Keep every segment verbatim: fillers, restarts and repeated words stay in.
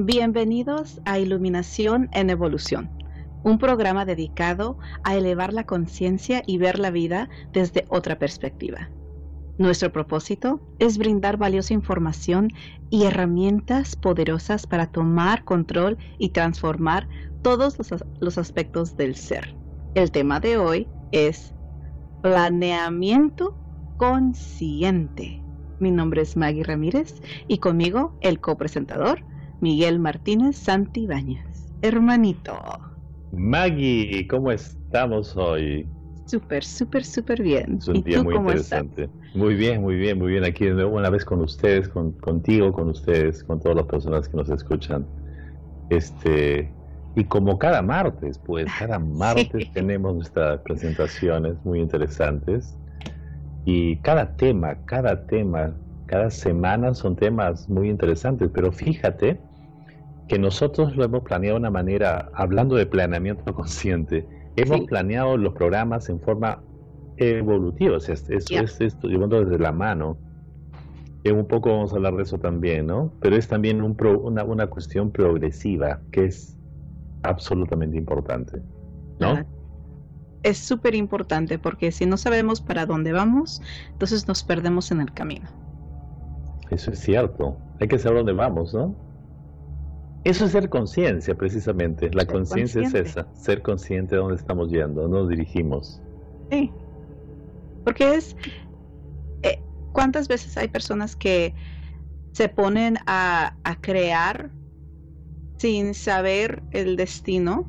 Bienvenidos a Iluminación en Evolución, un programa dedicado a elevar la conciencia y ver la vida desde otra perspectiva. Nuestro propósito es brindar valiosa información y herramientas poderosas para tomar control y transformar todos los, as- los aspectos del ser. El tema de hoy es planeamiento consciente. Mi nombre es Maggie Ramírez y conmigo el copresentador Miguel Martínez Santibáñez. Hermanito. Maggie, ¿cómo estamos hoy? Súper, súper, súper bien. Es un ¿Y día tú muy cómo interesante. Muy bien, muy bien, muy bien. Aquí de nuevo una vez con ustedes, con, contigo, con ustedes, con todas las personas que nos escuchan. Este, y como cada martes, pues cada martes Sí. tenemos nuestras presentaciones muy interesantes. Y cada tema, cada tema, cada semana son temas muy interesantes. Pero fíjate que nosotros lo hemos planeado de una manera, hablando de planeamiento consciente, hemos Sí. planeado los programas en forma evolutiva, o sea, es- eso Ya. es esto, llevando desde la mano. Y un poco vamos a hablar de eso también, ¿no? Pero es también un pro- una, una cuestión progresiva que es absolutamente importante, ¿no? Ah, Es súper importante porque si no sabemos para dónde vamos, entonces nos perdemos en el camino. Eso es cierto. Hay que saber dónde vamos, ¿no? Eso es ser conciencia, precisamente. La Ser conciencia es consciente. esa, ser consciente de dónde estamos yendo, dónde nos dirigimos. Sí. Porque es... eh, ¿cuántas veces hay personas que se ponen a, a crear sin saber el destino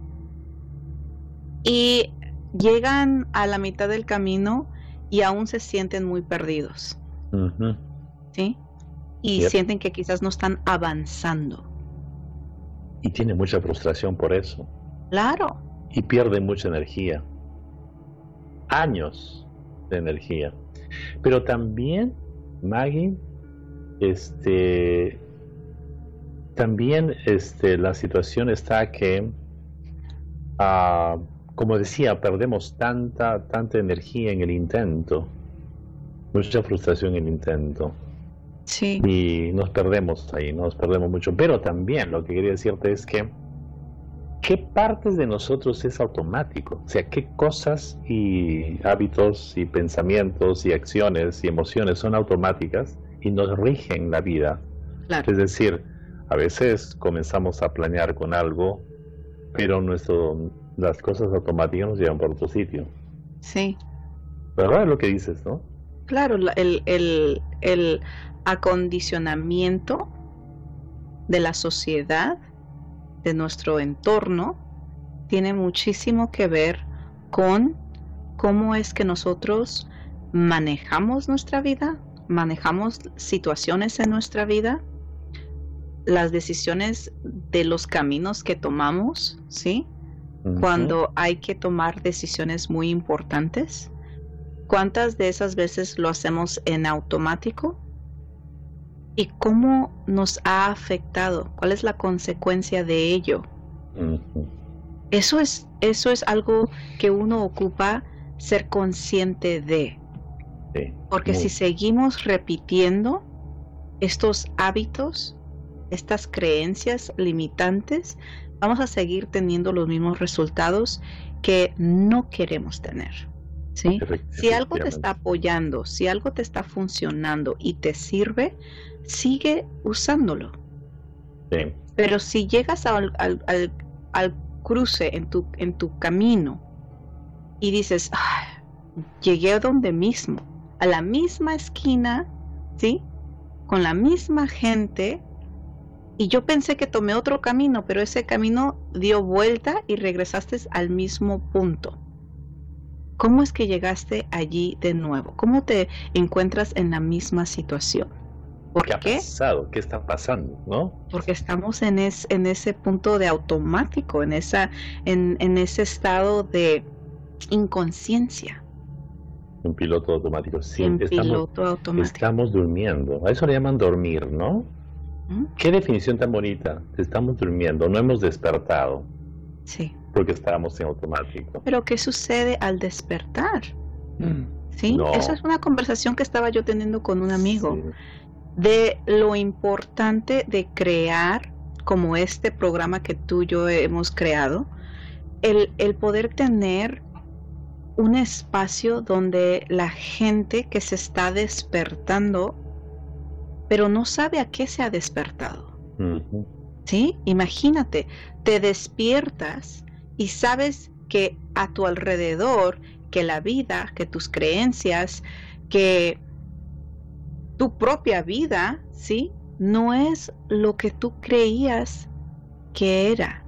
y llegan a la mitad del camino y aún se sienten muy perdidos, Ujú. ¿sí? Y Yep. sienten que quizás no están avanzando. Y tiene mucha frustración por eso. Claro, Y pierde mucha energía. Años de energía. Pero también, Maggie, este, también este, la situación está que, ah, como decía, perdemos tanta, tanta energía en el intento. Mucha frustración en el intento. sí, Y nos perdemos ahí, nos perdemos mucho. Pero también lo que quería decirte es que ¿qué partes de nosotros es automático? O sea, ¿qué cosas y hábitos y pensamientos y acciones y emociones son automáticas y nos rigen la vida? claro, Es decir, a veces comenzamos a planear con algo, pero nuestro, las cosas automáticas nos llevan por otro sitio. sí, ¿Verdad? Es lo que dices, ¿no? claro, la- el, el, el acondicionamiento de la sociedad, de nuestro entorno, tiene muchísimo que ver con cómo es que nosotros manejamos nuestra vida, manejamos situaciones en nuestra vida, las decisiones de los caminos que tomamos, ¿sí? Ujú. Cuando hay que tomar decisiones muy importantes. ¿Cuántas de esas veces lo hacemos en automático? ¿Y cómo nos ha afectado? ¿Cuál es la consecuencia de ello? Ujú. Eso es, eso es algo que uno ocupa ser consciente de. Sí, Porque muy- si seguimos repitiendo estos hábitos, estas creencias limitantes, vamos a seguir teniendo los mismos resultados que no queremos tener. ¿Sí? Efect- Si algo te efectivamente. está apoyando, si algo te está funcionando y te sirve, sigue usándolo. Sí. Pero si llegas al, al, al, al cruce en tu, en tu camino y dices, "Ay, llegué a donde mismo, a la misma esquina, ¿sí? Con la misma gente, y yo pensé que tomé otro camino, pero ese camino dio vuelta y regresaste al mismo punto. ¿Cómo es que llegaste allí de nuevo? ¿Cómo te encuentras en la misma situación? ¿Por ¿Qué ha qué? pasado? ¿Qué está pasando? ¿No? Porque estamos en, es, en ese punto de automático, en, esa, en, en ese estado de inconsciencia, Un piloto automático. Sí, en estamos, piloto automático. estamos durmiendo. A eso le llaman dormir, ¿no? ¿Mm? Qué definición tan bonita. Estamos durmiendo, no hemos despertado Sí. porque estábamos en automático. Pero ¿qué sucede al despertar? ¿Sí? No. Esa es una conversación que estaba yo teniendo con un amigo. Sí. De lo importante de crear como este programa que tú y yo hemos creado, el, el poder tener un espacio donde la gente que se está despertando, pero no sabe a qué se ha despertado. Ujú. ¿Sí? Imagínate, te despiertas y sabes que a tu alrededor, que la vida, que tus creencias, que tu propia vida, ¿sí? No es lo que tú creías que era.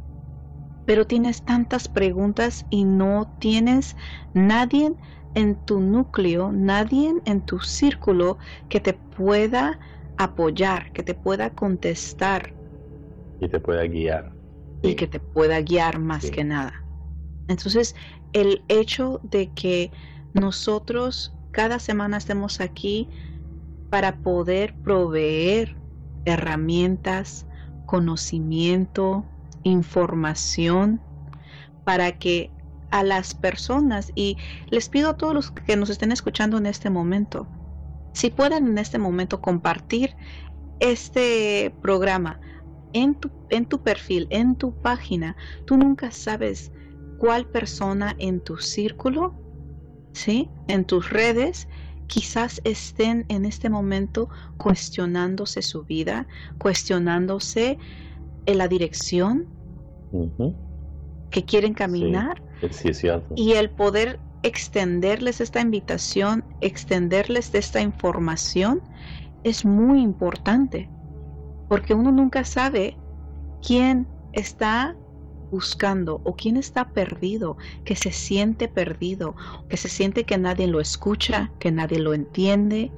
Pero tienes tantas preguntas y no tienes nadie en tu núcleo, nadie en tu círculo que te pueda apoyar, que te pueda contestar. Y te pueda guiar. Y Sí. que te pueda guiar más Sí. que nada. Entonces, el hecho de que nosotros cada semana estemos aquí para poder proveer herramientas, conocimiento, información, para que a las personas, y les pido a todos los que nos estén escuchando en este momento, si pueden en este momento compartir este programa en tu, en tu perfil, en tu página. Tú nunca sabes cuál persona en tu círculo, ¿sí? En tus redes, quizás estén en este momento cuestionándose su vida, cuestionándose en la dirección Ujú. que quieren caminar, Sí, es cierto. y el poder extenderles esta invitación, extenderles de esta información, es muy importante, porque uno nunca sabe quién está buscando o quién está perdido, que se siente perdido, que se siente que nadie lo escucha, que nadie lo entiende.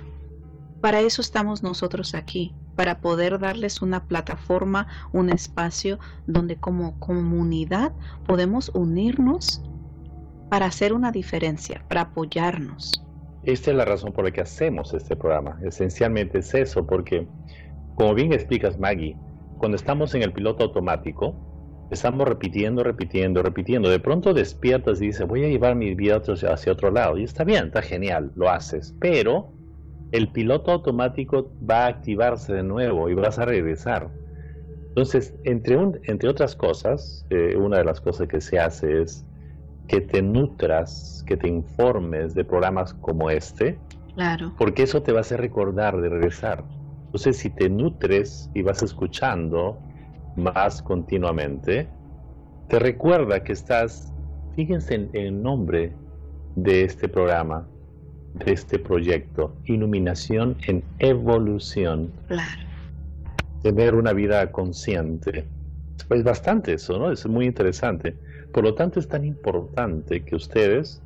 Para eso estamos nosotros aquí, para poder darles una plataforma, un espacio donde como comunidad podemos unirnos para hacer una diferencia, para apoyarnos. Esta es la razón por la que hacemos este programa. Esencialmente es eso, porque, como bien explicas, Maggie, cuando estamos en el piloto automático, estamos repitiendo, repitiendo, repitiendo. De pronto despiertas y dices, voy a llevar mi vida hacia otro lado. Y está bien, está genial, lo haces. Pero el piloto automático va a activarse de nuevo y vas a regresar. Entonces, entre, un, entre otras cosas, eh, una de las cosas que se hace es que te nutras, que te informes de programas como este, Claro. porque eso te va a hacer recordar de regresar. Entonces, si te nutres y vas escuchando más continuamente, te recuerda que estás, fíjense en, en el nombre de este programa, de este proyecto, Iluminación en Evolución. Claro. Tener una vida consciente. Es bastante eso, ¿no? Es muy interesante. Por lo tanto, es tan importante que ustedes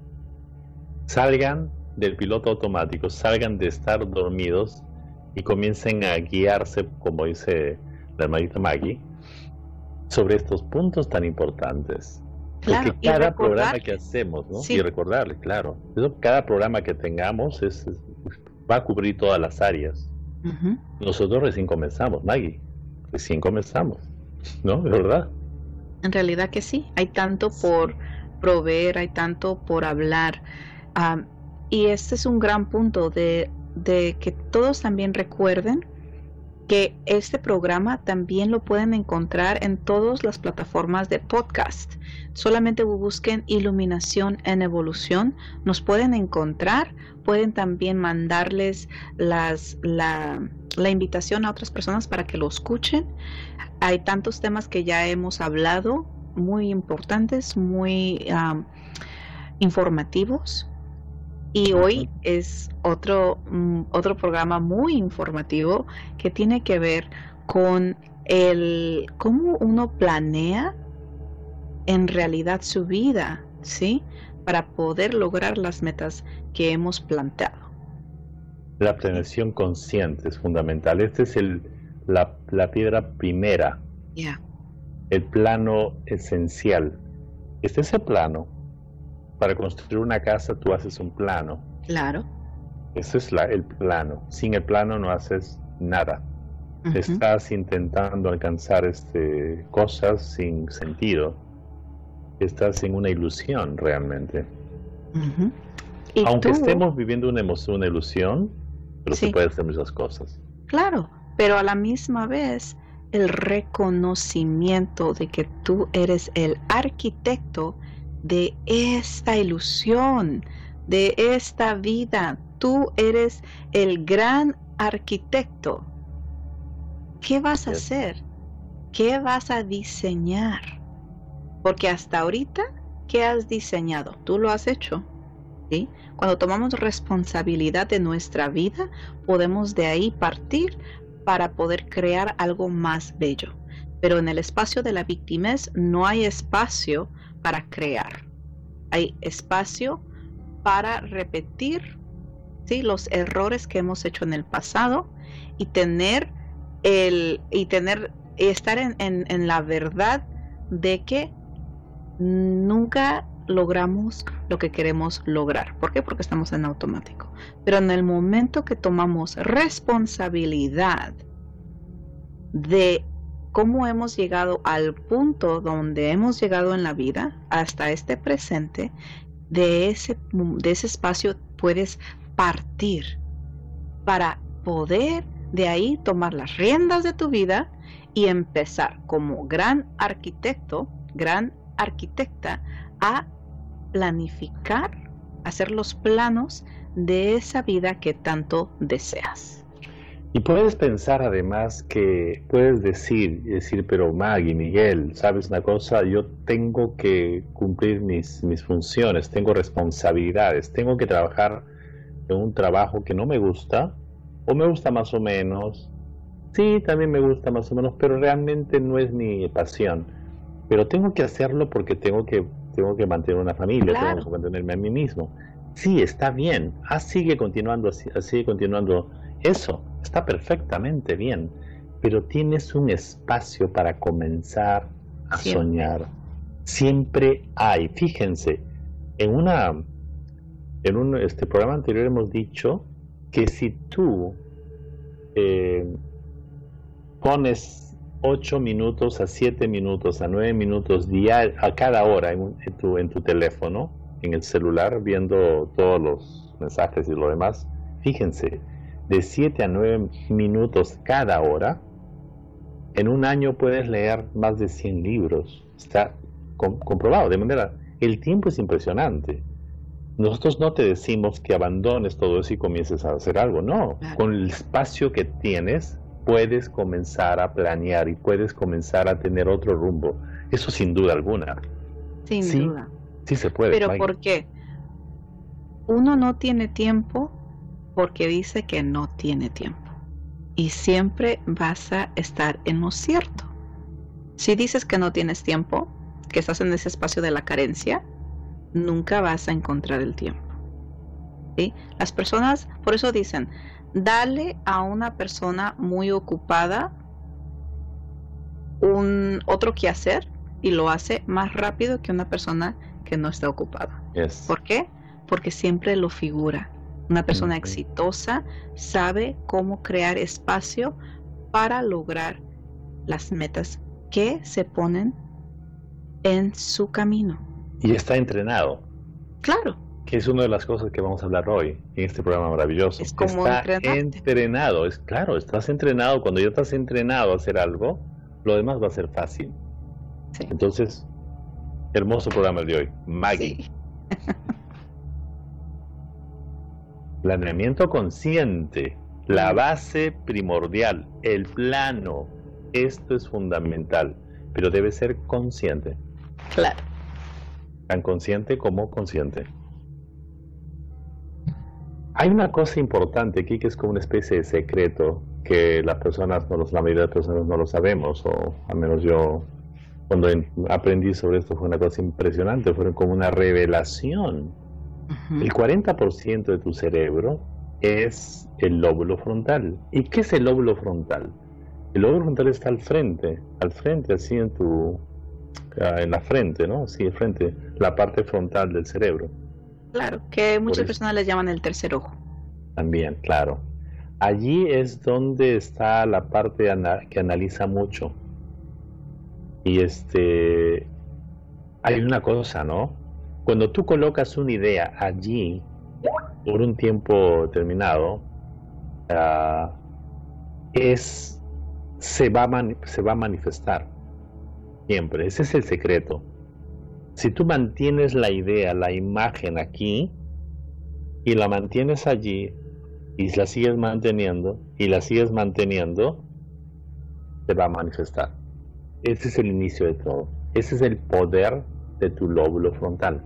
salgan del piloto automático, salgan de estar dormidos y comiencen a guiarse, como dice la hermanita Maggie, sobre estos puntos tan importantes. Claro, Porque y cada recordar- programa que hacemos, ¿no? Sí. Y recordarle, claro. Eso, cada programa que tengamos es, es- va a cubrir todas las áreas. Ujú. Nosotros recién comenzamos, Maggie. Recién comenzamos, ¿no? ¿De verdad? En realidad que sí, hay tanto por proveer, hay tanto por hablar. Am, y este es un gran punto de, de que todos también recuerden que este programa también lo pueden encontrar en todas las plataformas de podcast. Solamente busquen Iluminación en Evolución, nos pueden encontrar, pueden también mandarles las, la, la invitación a otras personas para que lo escuchen. Hay tantos temas que ya hemos hablado, muy importantes, muy um, informativos. Y hoy es otro, mm, otro programa muy informativo que tiene que ver con el cómo uno planea en realidad su vida, ¿sí? Para poder lograr las metas que hemos planteado. La planeación consciente es fundamental. Este es el, la, la piedra primera, Ya. el plano esencial. Este es el plano. Para construir una casa tú haces un plano. Claro. Ese es la, el plano. Sin el plano no haces nada. Ujú. Estás intentando alcanzar este, cosas sin sentido. Estás en una ilusión realmente. Ujú. Y Aunque tú- estemos viviendo una emoción, una ilusión, pero Sí. se puede hacer muchas cosas. Claro, pero a la misma vez el reconocimiento de que tú eres el arquitecto de esta ilusión, de esta vida. Tú eres el gran arquitecto. ¿Qué vas a hacer? ¿Qué vas a diseñar? Porque hasta ahorita, ¿qué has diseñado? Tú lo has hecho, ¿sí? Cuando tomamos responsabilidad de nuestra vida, podemos de ahí partir para poder crear algo más bello. Pero en el espacio de la victimez no hay espacio para crear. Hay espacio para repetir, ¿sí?, los errores que hemos hecho en el pasado y tener el y tener y estar en, en, en la verdad de que nunca logramos lo que queremos lograr. ¿Por qué? Porque estamos en automático. Pero en el momento que tomamos responsabilidad de cómo hemos llegado al punto donde hemos llegado en la vida, hasta este presente, de ese, de ese espacio puedes partir para poder de ahí tomar las riendas de tu vida y empezar como gran arquitecto, gran arquitecta, a planificar, hacer los planos de esa vida que tanto deseas. Y puedes pensar además que puedes decir, decir, pero Maggie, Miguel, ¿sabes una cosa? Yo tengo que cumplir mis, mis funciones, tengo responsabilidades, tengo que trabajar en un trabajo que no me gusta, o me gusta más o menos. Sí, también me gusta más o menos, pero realmente no es mi pasión. Pero tengo que hacerlo porque tengo que, tengo que mantener una familia, Claro. tengo que mantenerme a mí mismo. Sí, está bien. Ah, sigue continuando así, sigue continuando. Eso está perfectamente bien, pero tienes un espacio para comenzar a Siempre. soñar. Siempre hay. Fíjense, en una, en un este programa anterior hemos dicho que si tú eh, pones ocho minutos a siete minutos a nueve minutos diarios a cada hora en, en, tu, en tu teléfono, en el celular, viendo todos los mensajes y lo demás, fíjense, de siete a nueve minutos cada hora, en un año puedes leer más de cien libros. Está com- comprobado, de manera, el tiempo es impresionante. Nosotros no te decimos que abandones todo eso y comiences a hacer algo, no. Claro. Con el espacio que tienes, puedes comenzar a planear y puedes comenzar a tener otro rumbo. Eso sin duda alguna. Sin Sí, duda. sí se puede. Pero Maggie. ¿por qué? Uno no tiene tiempo porque dice que no tiene tiempo. Y siempre vas a estar en lo cierto. Si dices que no tienes tiempo, que estás en ese espacio de la carencia, nunca vas a encontrar el tiempo. ¿Sí? Las personas, por eso dicen, dale a una persona muy ocupada un otro quehacer y lo hace más rápido que una persona que no está ocupada. Yes. ¿Por qué? Porque siempre lo figura. Una persona Ujú. exitosa sabe cómo crear espacio para lograr las metas que se ponen en su camino. Y está entrenado, Claro, que es una de las cosas que vamos a hablar hoy en este programa maravilloso. Es como está entrenarte. entrenado, es claro, estás entrenado. Cuando ya estás entrenado a hacer algo, lo demás va a ser fácil. sí. Entonces, hermoso programa el de hoy. Maggie. Sí. Planeamiento consciente, la base primordial, el plano. Esto es fundamental, pero debe ser consciente, Claro. tan consciente como consciente. Hay una cosa importante aquí que es como una especie de secreto que las personas, no los, la mayoría de las personas no lo sabemos, o al menos yo cuando en- aprendí sobre esto fue una cosa impresionante, fue como una revelación. Ujú. El cuarenta por ciento de tu cerebro es el lóbulo frontal. ¿Y qué es el lóbulo frontal? El lóbulo frontal está al frente, al frente, así en tu, ah, en la frente, ¿no? Sí, el frente, la parte frontal del cerebro. Claro, que muchas eso. personas les llaman el tercer ojo. También, claro. Allí es donde está la parte ana- que analiza mucho. Y este, hay una cosa, ¿no? Cuando tú colocas una idea allí por un tiempo determinado, ah, es se va, a mani- se va a manifestar siempre. Ese es el secreto. Si tú mantienes la idea, la imagen aquí, y la mantienes allí, y la sigues manteniendo, y la sigues manteniendo, se va a manifestar. Ese es el inicio de todo. Ese es el poder de tu lóbulo frontal.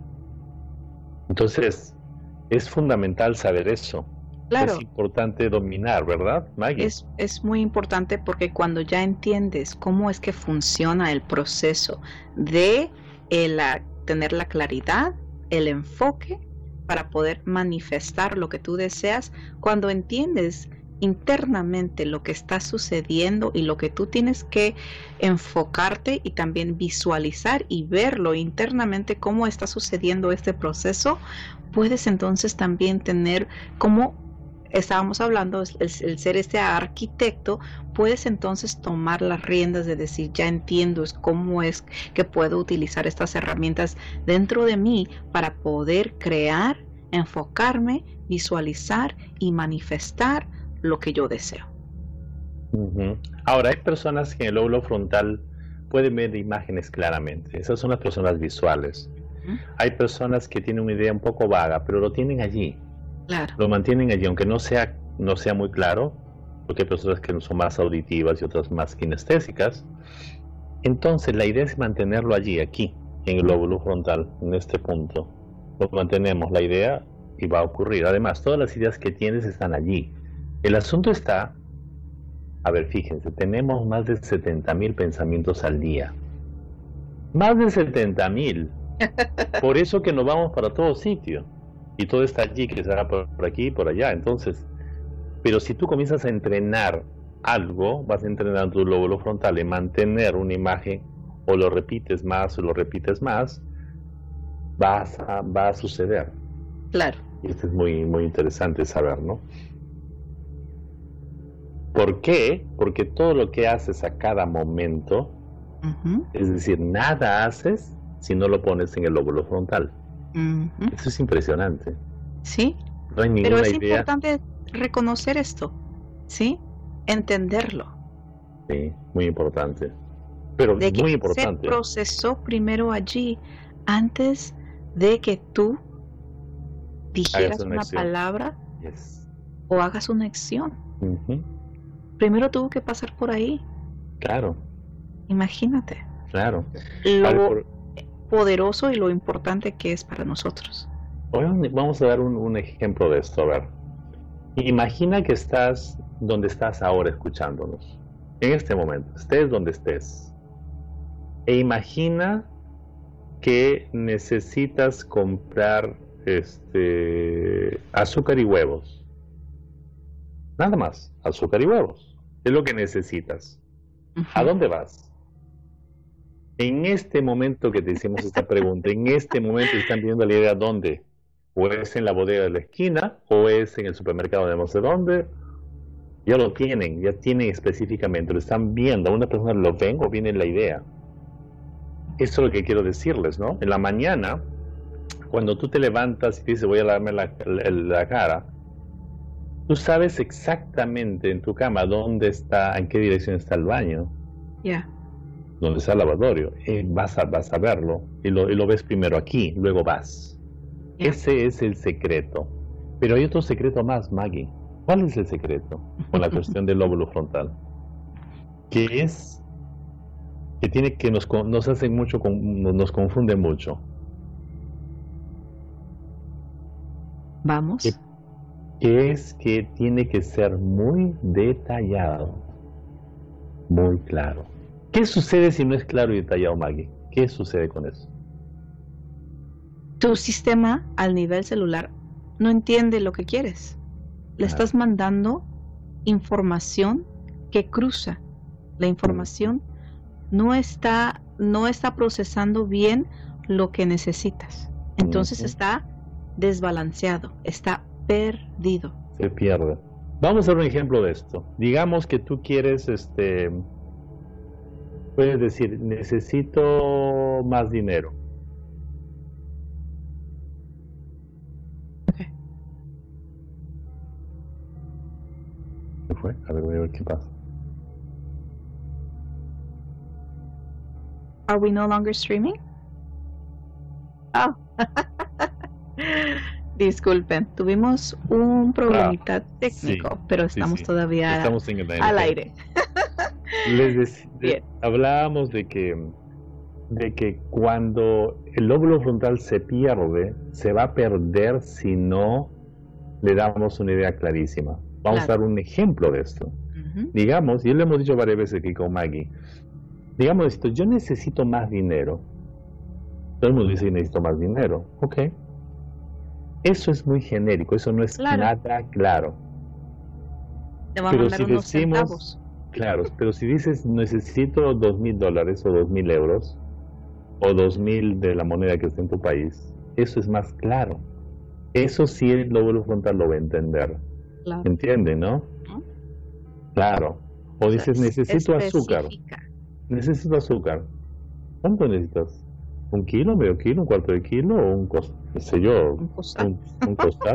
Entonces, es fundamental saber eso. Claro. Es importante dominar, ¿verdad, Maggie? Es, es muy importante porque cuando ya entiendes cómo es que funciona el proceso de el, la, tener la claridad, el enfoque para poder manifestar lo que tú deseas, cuando entiendes internamente lo que está sucediendo y lo que tú tienes que enfocarte y también visualizar y verlo internamente cómo está sucediendo este proceso, puedes entonces también tener como estábamos hablando, el, el ser este arquitecto, puedes entonces tomar las riendas de decir, ya entiendo cómo es que puedo utilizar estas herramientas dentro de mí para poder crear, enfocarme, visualizar y manifestar lo que yo deseo. Uh-huh. Ahora, hay personas que en el lóbulo frontal pueden ver imágenes claramente. Esas son las personas visuales. Uh-huh. Hay personas que tienen una idea un poco vaga, pero lo tienen allí. Claro. Lo mantienen allí, aunque no sea, no sea muy claro, porque hay personas que son más auditivas y otras más kinestésicas. Entonces, la idea es mantenerlo allí, aquí, en el lóbulo frontal, en este punto. Lo mantenemos, la idea, y va a ocurrir. Además, todas las ideas que tienes están allí. El asunto está, a ver, fíjense, tenemos más de setenta mil pensamientos al día. Más de setenta mil. Por eso que nos vamos para todo sitio. Y todo está allí, que será por aquí y por allá. Entonces, pero si tú comienzas a entrenar algo, vas a entrenar tu lóbulo frontal en mantener una imagen, o lo repites más o lo repites más, vas a, va a suceder. Claro. Y esto es muy, muy interesante saber, ¿no? ¿Por qué? Porque todo lo que haces a cada momento, uh-huh. es decir, nada haces si no lo pones en el lóbulo frontal. Uh-huh. Eso es impresionante. Sí, no hay ninguna pero es idea. importante reconocer esto, ¿sí? Entenderlo. Sí, muy importante. Pero de que muy importante. Se procesó primero allí antes de que tú dijeras una, una palabra yes. o hagas una acción. Uh-huh. Primero tuvo que pasar por ahí. Claro. Imagínate. Claro. Lo ver, por... poderoso y lo importante que es para nosotros. Vamos a dar un, un ejemplo de esto. A ver. Imagina que estás donde estás ahora escuchándonos. En este momento. Estés donde estés. E imagina que necesitas comprar este azúcar y huevos. Nada más. Azúcar y huevos. Es lo que necesitas. Uh-huh. ¿A dónde vas? En este momento que te hicimos esta pregunta, en este momento están viendo la idea dónde. O es en la bodega de la esquina, o es en el supermercado de no sé dónde. Ya lo tienen, ya tienen específicamente, lo están viendo. Una persona lo ven o viene la idea. Eso es lo que quiero decirles, ¿no? En la mañana, cuando tú te levantas y dices voy a lavarme la, la, la cara, tú sabes exactamente en tu cama dónde está, en qué dirección está el baño. Ya. Yeah. Dónde está el lavatorio. Eh, vas, a, vas a verlo y lo, y lo ves primero aquí, luego vas. Yeah. Ese es el secreto. Pero hay otro secreto más, Maggie. ¿Cuál es el secreto con la cuestión del lóbulo frontal? Que es que tiene que nos, nos hace mucho, nos confunde mucho. Vamos. Que, que es que tiene que ser muy detallado, muy claro. ¿Qué sucede si no es claro y detallado, Maggie? ¿Qué sucede con eso? Tu sistema al nivel celular no entiende lo que quieres. Le estás mandando información que cruza. La información no está, no está procesando bien lo que necesitas. Entonces uh-huh. está desbalanceado, está perdido. Se pierde. Vamos a hacer un ejemplo de esto. Digamos que tú quieres, este, puedes decir, necesito más dinero. Okay. ¿Qué fue? A ver, voy a ver qué pasa. Are we no longer streaming? Oh. Disculpen, tuvimos un problemita ah, técnico, sí, pero estamos sí, sí. todavía estamos en el aire. al aire. Les decía, de, hablábamos de que, de que cuando el lóbulo frontal se pierde, se va a perder si no le damos una idea clarísima. Vamos claro. a dar un ejemplo de esto. Uh-huh. Digamos, y lo hemos dicho varias veces aquí con Maggie, digamos esto, yo necesito más dinero. Todo el mundo dice que necesito más dinero. Ok. Eso es muy genérico, eso no es claro. nada claro. Te va a pero mandar si unos decimos, centavos. Claro, pero si dices necesito dos mil dólares o dos mil euros o dos mil de la moneda que está en tu país, eso es más claro. Eso sí el lóbulo frontal lo va a entender. Claro. ¿Entiende, no? ¿No? Claro. O, o dices sea, necesito azúcar. Necesito azúcar. ¿Cuánto necesitas? ¿Un kilo, medio kilo, un cuarto de kilo o un costal? No sé yo, un costal. Un, un costal.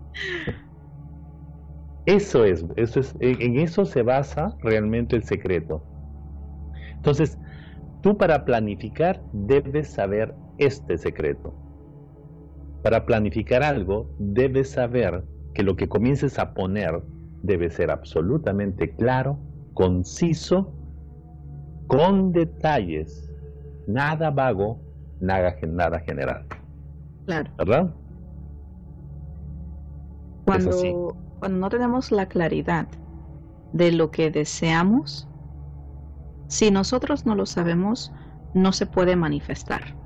Eso es, eso es, en eso se basa realmente el secreto. Entonces, tú para planificar debes saber este secreto. Para planificar algo, debes saber que lo que comiences a poner debe ser absolutamente claro, conciso, con detalles, nada vago, nada, nada general. Claro. ¿Verdad? Cuando, cuando no tenemos la claridad de lo que deseamos, si nosotros no lo sabemos, no se puede manifestar.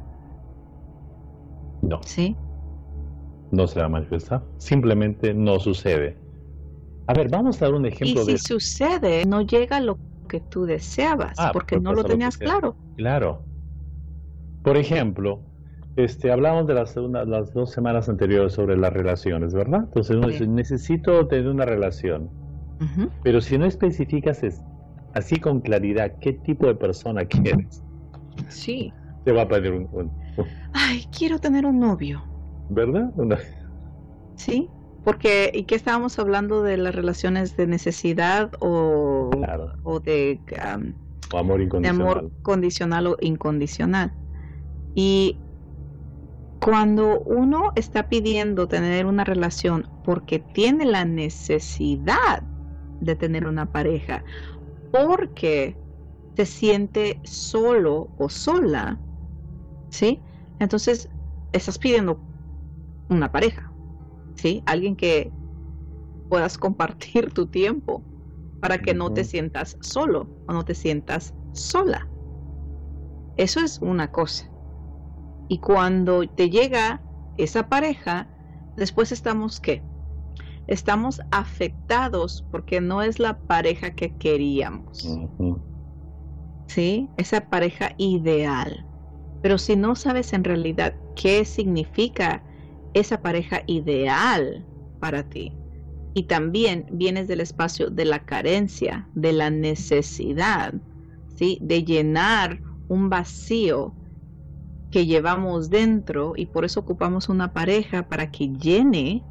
No. ¿Sí? No se va a manifestar. Simplemente no sucede. A ver, vamos a dar un ejemplo y si de... si sucede, no llega lo que tú deseabas, ah, porque no lo tenías lo claro. Claro. Por ejemplo, este, hablamos de las, una, las dos semanas anteriores sobre las relaciones, ¿verdad? Entonces uno dice, necesito tener una relación. Uh-huh. Pero si no especificas es, así con claridad qué tipo de persona quieres, sí, te va a pedir un... un, un... Ay, quiero tener un novio. ¿Verdad? Una... Sí, porque ¿y qué estábamos hablando de las relaciones de necesidad o, claro. o de, um, o amor incondicional. de amor condicional o incondicional? Y cuando uno está pidiendo tener una relación porque tiene la necesidad de tener una pareja, porque se siente solo o sola, ¿sí? Entonces estás pidiendo una pareja, ¿sí? Alguien que puedas compartir tu tiempo para que no te sientas solo o no te sientas sola. Eso es una cosa. Y cuando te llega esa pareja, después estamos, ¿qué? Estamos afectados porque no es la pareja que queríamos. Uh-huh. ¿Sí? Esa pareja ideal. Pero si no sabes en realidad qué significa esa pareja ideal para ti, y también vienes del espacio de la carencia, de la necesidad, ¿sí? De llenar un vacío que llevamos dentro, y por eso ocupamos una pareja para que llene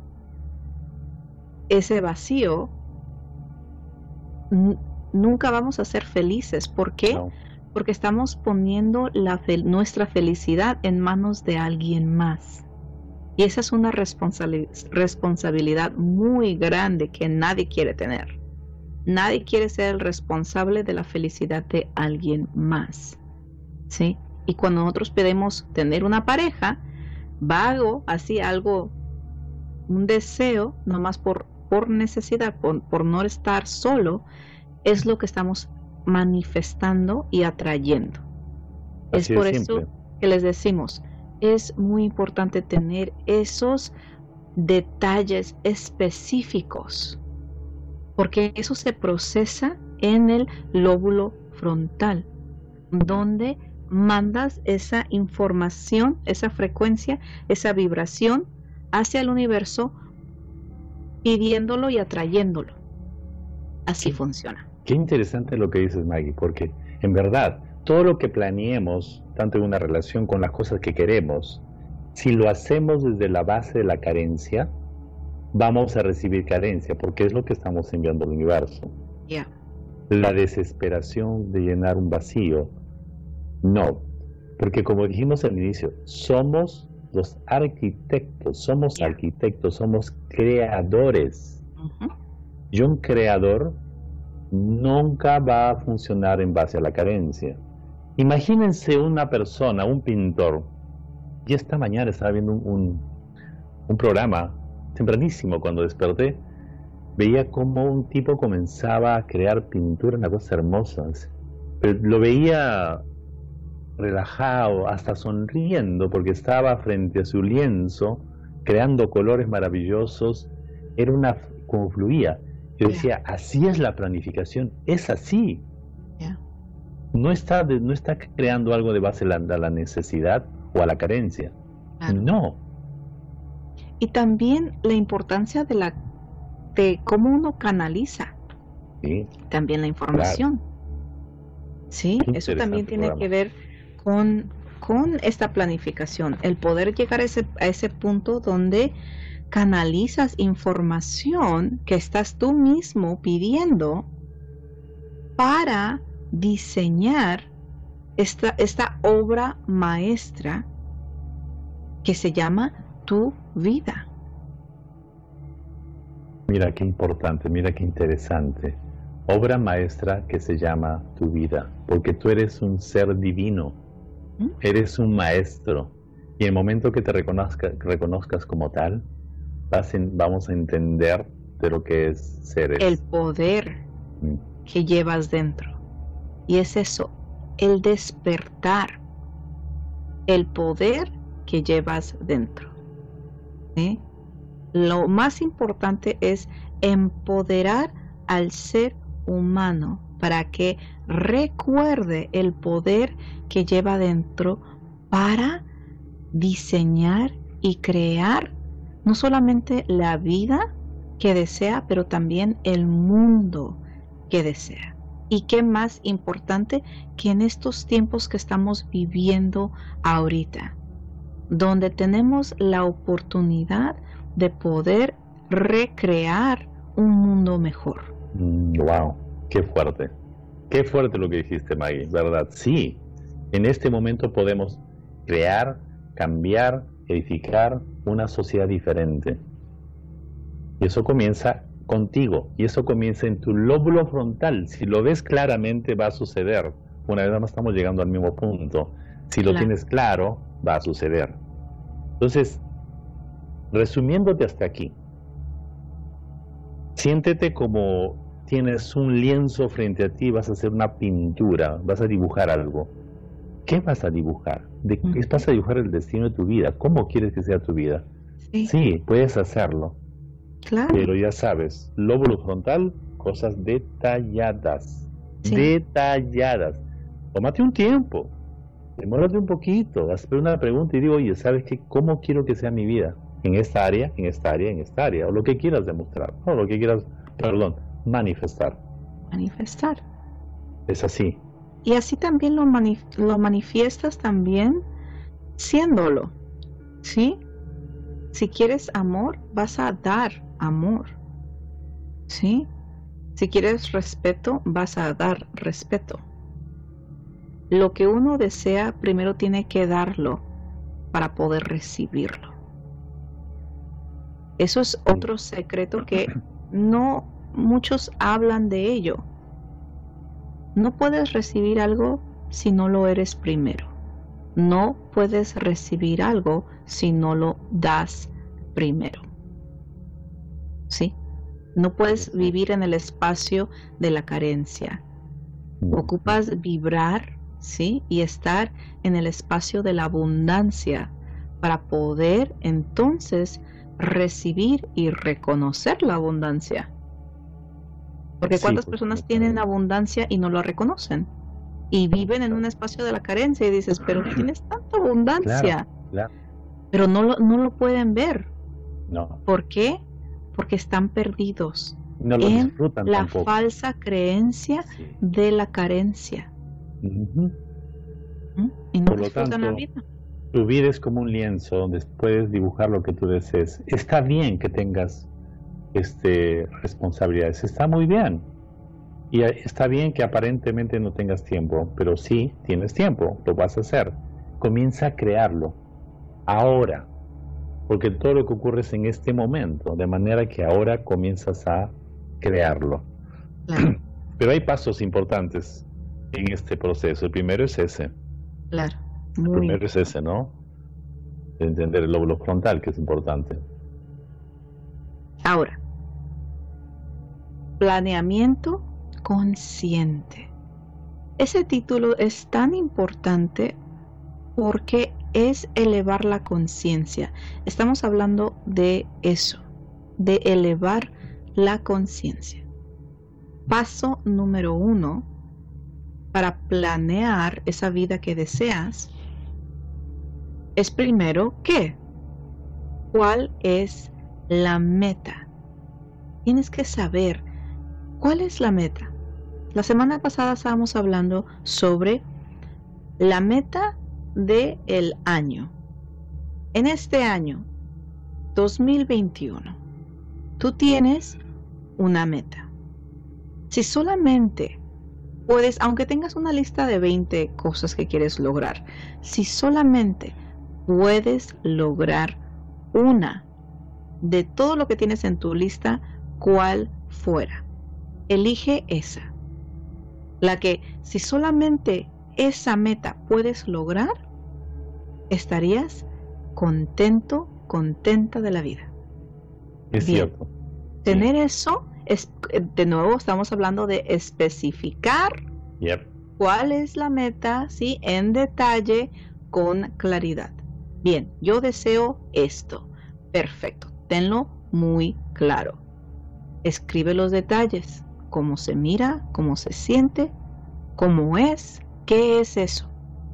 ese vacío, n- nunca vamos a ser felices. ¿Por qué? No. Porque estamos poniendo la fe- nuestra felicidad en manos de alguien más. Y esa es una responsabili- responsabilidad muy grande que nadie quiere tener. Nadie quiere ser el responsable de la felicidad de alguien más, ¿sí? Y cuando nosotros pedimos tener una pareja, vago, así algo, un deseo, nomás por, por necesidad, por, por no estar solo, es lo que estamos manifestando y atrayendo. Así es por es eso que les decimos, es muy importante tener esos detalles específicos, porque eso se procesa en el lóbulo frontal, donde mandas esa información, esa frecuencia, esa vibración hacia el universo, pidiéndolo y atrayéndolo. Así qué, funciona. Qué interesante lo que dices, Maggie, porque en verdad todo lo que planeemos, tanto en una relación con las cosas que queremos, si lo hacemos desde la base de la carencia, vamos a recibir carencia, porque es lo que estamos enviando al universo. Yeah. La desesperación de llenar un vacío, no. Porque como dijimos al inicio, somos los arquitectos, somos Yeah. arquitectos, somos creadores. Ujú. Y un creador nunca va a funcionar en base a la carencia. Imagínense una persona, un pintor, y esta mañana estaba viendo un, un, un programa, tempranísimo cuando desperté, veía cómo un tipo comenzaba a crear pintura, una cosa hermosa. Pero lo veía relajado, hasta sonriendo, porque estaba frente a su lienzo, creando colores maravillosos. Era una, como fluía. Yo Yeah. decía, así es la planificación, es así. Yeah. No está, de- no está creando algo de base a la, a la necesidad o a la carencia. Claro. No. Y también la importancia de la de cómo uno canaliza Sí, también la información. Sí, Qué eso también interesante tiene programa. que ver con, con esta planificación, el poder llegar a ese, a ese punto donde canalizas información que estás tú mismo pidiendo para diseñar esta, esta obra maestra que se llama tu vida. Mira qué importante, mira qué interesante. Obra maestra que se llama tu vida, porque tú eres un ser divino, ¿Mm? eres un maestro, y en el momento que te reconozca, reconozcas como tal, vas en- vamos a entender de lo que es seres. El poder Mm. que llevas dentro. Y es eso, el despertar, el poder que llevas dentro. ¿Sí? Lo más importante es empoderar al ser humano para que recuerde el poder que lleva dentro para diseñar y crear no solamente la vida que desea, pero también el mundo que desea. Y qué más importante que en estos tiempos que estamos viviendo ahorita, donde tenemos la oportunidad de poder recrear un mundo mejor. Mm, Wow, qué fuerte. Qué fuerte lo que dijiste, Maggie, ¿verdad? Sí, en este momento podemos crear, cambiar, edificar una sociedad diferente. Y eso comienza contigo, y eso comienza en tu lóbulo frontal. Si lo ves claramente, va a suceder. Una vez más estamos llegando al mismo punto. Si lo Claro. tienes claro, va a suceder. Entonces, resumiéndote hasta aquí, siéntete como tienes un lienzo frente a ti, vas a hacer una pintura, vas a dibujar algo. ¿Qué vas a dibujar? ¿De qué Ujú. vas a dibujar el destino de tu vida? ¿Cómo quieres que sea tu vida? Sí, Sí, puedes hacerlo, claro. pero ya sabes, lóbulo frontal, cosas detalladas, Sí. detalladas. Tómate un tiempo, demórate un poquito, hazte una pregunta y digo, oye, ¿sabes qué? ¿Cómo quiero que sea mi vida? En esta área, en esta área, en esta área, o lo que quieras demostrar, o lo que quieras, perdón, manifestar. Manifestar. Es así. Y así también lo, mani- lo manifiestas también siéndolo. ¿Sí? Si quieres amor, vas a dar amor. ¿Sí? Si quieres respeto, vas a dar respeto. Lo que uno desea, primero tiene que darlo para poder recibirlo. Eso es otro secreto que no muchos hablan de ello. No puedes recibir algo si no lo eres primero. No puedes recibir algo si no lo das primero. ¿Sí? No puedes vivir en el espacio de la carencia. Ocupas vibrar, ¿sí? Y estar en el espacio de la abundancia para poder entonces recibir y reconocer la abundancia. Porque Sí, ¿cuántas pues, personas sí, tienen claro. abundancia y no lo reconocen? Y viven en un espacio de la carencia y dices, pero tienes tanta abundancia, Claro, claro. pero no lo, no lo pueden ver. No, ¿Por qué? Porque están perdidos no lo en disfrutan la tampoco. falsa creencia Sí. de la carencia. Ujú. ¿Mm? Y no Por lo disfrutan la tanto, vida. tu vida es como un lienzo donde puedes dibujar lo que tú desees. Está bien que tengas este, responsabilidades, está muy bien. Y está bien que aparentemente no tengas tiempo, pero sí tienes tiempo, lo vas a hacer. comienza a crearlo ahora, porque todo lo que ocurre es en este momento, de manera que ahora comienzas a crearlo. Claro. Pero hay pasos importantes en este proceso. El primero es ese. Claro. El Muy primero es ese, ¿no? De entender el lóbulo frontal, que es importante. Ahora, planeamiento consciente. Ese título es tan importante porque es elevar la conciencia. Estamos hablando de eso, de elevar la conciencia. Paso número uno para planear esa vida que deseas es primero, ¿qué? ¿Cuál es la meta? Tienes que saber cuál es la meta. La semana pasada estábamos hablando sobre la meta del año. En este año dos mil veintiuno, tú tienes una meta. Si solamente puedes, aunque tengas una lista de veinte cosas que quieres lograr, si solamente puedes lograr una de todo lo que tienes en tu lista, cual fuera, elige esa. La que, si solamente esa meta puedes lograr, estarías contento, contenta de la vida. Es Bien. cierto. Tener eso, es, de nuevo estamos hablando de especificar Yep. cuál es la meta, ¿sí? En detalle, con claridad. Bien, yo deseo esto. Perfecto, tenlo muy claro. Escribe los detalles, cómo se mira, cómo se siente, cómo es, qué es eso.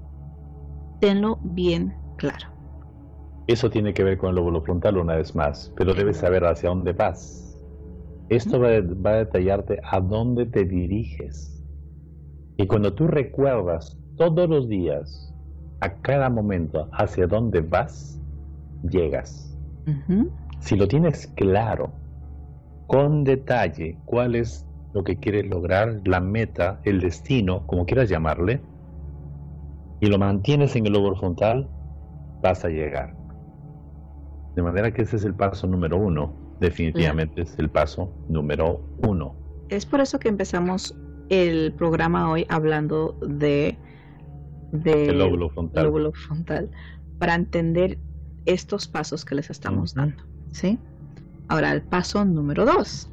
Tenlo bien claro. Eso tiene que ver con el lóbulo frontal una vez más, pero debes saber hacia dónde vas. Esto va, va a detallarte a dónde te diriges. Y cuando tú recuerdas todos los días, a cada momento, hacia dónde vas, llegas. Uh-huh. Si lo tienes claro, con detalle, cuál es lo que quieres lograr, la meta, el destino, como quieras llamarle, y lo mantienes en el lóbulo frontal, vas a llegar. De manera que ese es el paso número uno. Definitivamente es el paso número uno. Es por eso que empezamos el programa hoy hablando de, de el lóbulo frontal. lóbulo frontal, para entender estos pasos que les estamos Uh-huh. dando, ¿sí? Ahora el paso número dos.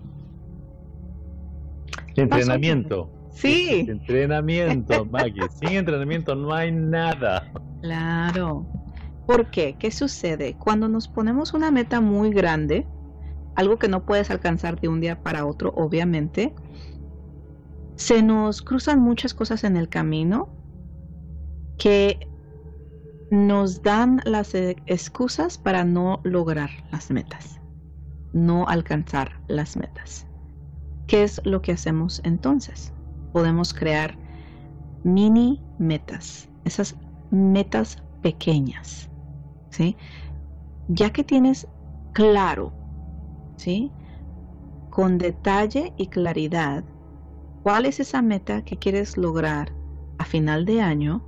Entrenamiento. Sí. Entrenamiento, Maggie. Sin entrenamiento no hay nada. Claro. ¿Por qué? ¿Qué sucede? Cuando nos ponemos una meta muy grande, algo que no puedes alcanzar de un día para otro, obviamente, se nos cruzan muchas cosas en el camino que nos dan las excusas para no lograr las metas, no alcanzar las metas. ¿Qué es lo que hacemos entonces? Podemos crear mini metas, esas metas pequeñas, ¿sí? Ya que tienes claro, ¿sí? Con detalle y claridad, ¿cuál es esa meta que quieres lograr a final de año?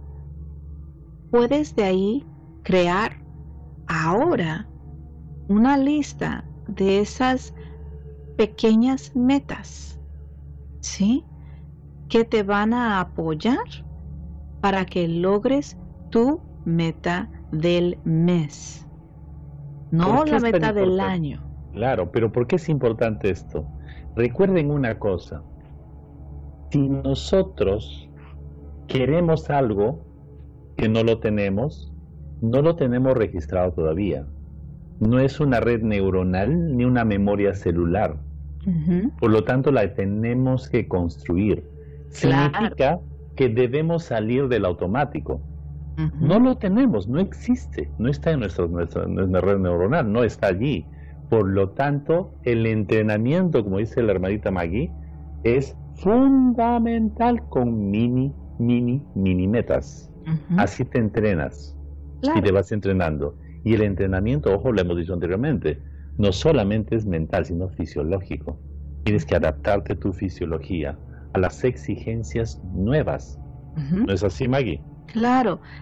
Puedes de ahí crear ahora una lista de esas pequeñas metas, ¿sí? Que te van a apoyar para que logres tu meta del mes, no la meta del año. Claro, pero ¿por qué es importante esto? Recuerden una cosa. Si nosotros queremos algo que no lo tenemos, no lo tenemos registrado todavía. No es una red neuronal ni una memoria celular. Uh-huh. Por lo tanto, la tenemos que construir. Significa Claro. que debemos salir del automático. Uh-huh. No lo tenemos, no existe, no está en nuestra, nuestra, nuestra red neuronal, no está allí. Por lo tanto, el entrenamiento, como dice la hermanita Maggie, es fundamental con mini, mini, mini metas. Uh-huh. Así te entrenas. Claro. Y te vas entrenando. Y el entrenamiento, ojo, lo hemos dicho anteriormente, no solamente es mental, sino fisiológico. Tienes que adaptarte tu fisiología a las exigencias nuevas. Uh-huh. ¿No es así, Maggie? Claro.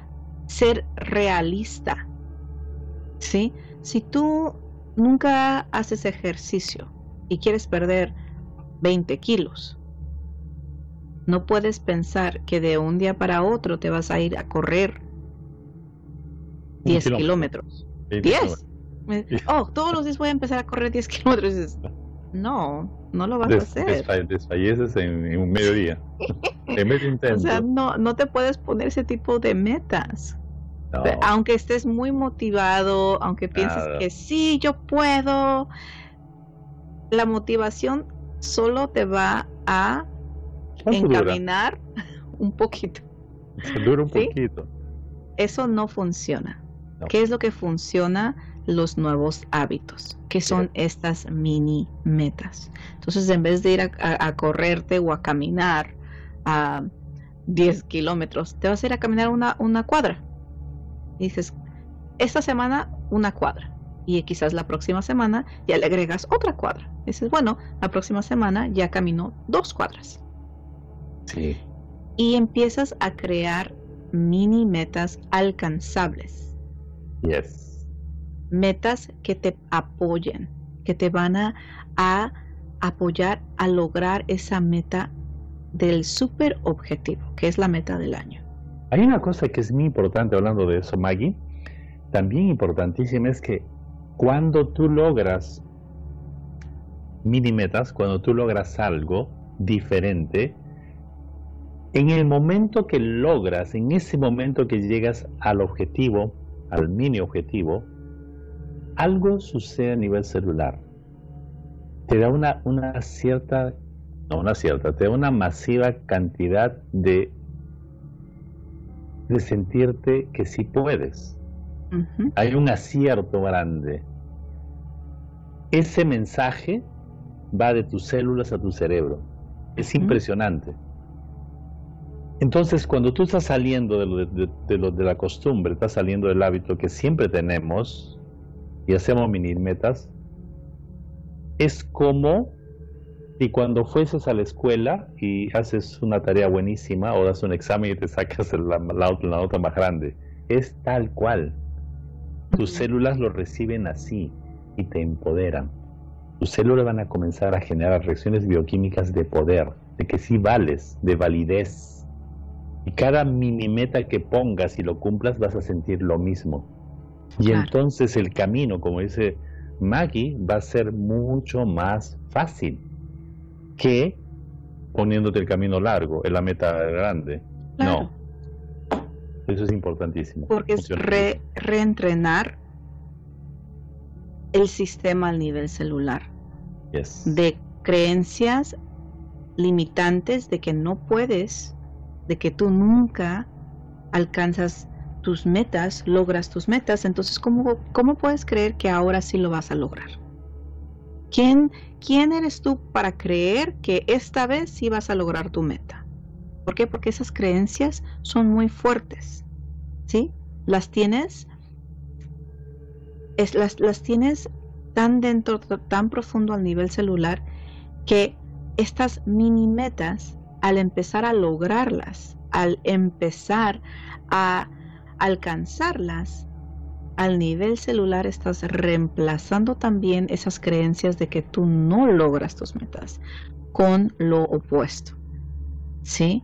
ser realista, ¿sí? Si tú nunca haces ejercicio y quieres perder veinte kilos, no puedes pensar que de un día para otro te vas a ir a correr diez kilómetros. ¿diez? Oh, todos los días voy a empezar a correr diez kilómetros. Y dices, no, no lo vas Des, a hacer. Desfalle, desfalleces en, en un mediodía. En medio intento. O sea, no, no te puedes poner ese tipo de metas. No. Aunque estés muy motivado, aunque pienses Nada. que sí, yo puedo, la motivación solo te va a encaminar dura? un poquito. Se dura un ¿Sí? poquito. Eso no funciona. No. ¿Qué es lo que funciona? Los nuevos hábitos, que son sí. estas mini metas. Entonces, en vez de ir a, a, a correrte o a caminar a diez kilómetros, te vas a ir a caminar una, una cuadra. Y dices, esta semana una cuadra. Y quizás la próxima semana ya le agregas otra cuadra. Y dices, bueno, la próxima semana ya caminó dos cuadras. Sí. Y empiezas a crear mini metas alcanzables. Yes. Metas que te apoyen, que te van a, a apoyar a lograr esa meta del super objetivo, que es la meta del año. Hay una cosa que es muy importante hablando de eso, Maggie, también importantísima, es que cuando tú logras mini metas, cuando tú logras algo diferente, en el momento que logras, en ese momento que llegas al objetivo, al mini objetivo, algo sucede a nivel celular. Te da una, una cierta, no una cierta, te da una masiva cantidad de, de sentirte que sí puedes. Uh-huh. Hay un acierto grande. Ese mensaje va de tus células a tu cerebro. Es uh-huh. impresionante. Entonces, cuando tú estás saliendo de, lo de, de, de, lo de la costumbre, estás saliendo del hábito que siempre tenemos, y hacemos mini metas, es como si cuando fueses a la escuela y haces una tarea buenísima o das un examen y te sacas la, la, la nota más grande. Es tal cual. Tus células lo reciben así y te empoderan. Tus células van a comenzar a generar reacciones bioquímicas de poder, de que sí vales, de validez. Y cada mini meta que pongas y lo cumplas vas a sentir lo mismo. Y claro. entonces el camino, como dice Maggie, va a ser mucho más fácil que poniéndote el camino largo, en la meta grande. Claro. No. Eso es importantísimo. Porque es re, reentrenar el sistema al nivel celular. Yes. De creencias limitantes de que no puedes, de que tú nunca alcanzas tus metas, logras tus metas, entonces ¿cómo, cómo puedes creer que ahora sí lo vas a lograr? ¿Quién, ¿Quién eres tú para creer que esta vez sí vas a lograr tu meta? ¿Por qué? Porque esas creencias son muy fuertes, ¿sí? Las tienes, es, las, las tienes tan dentro, tan profundo al nivel celular, que estas mini metas, al empezar a lograrlas, al empezar a alcanzarlas al nivel celular, estás reemplazando también esas creencias de que tú no logras tus metas con lo opuesto, ¿sí?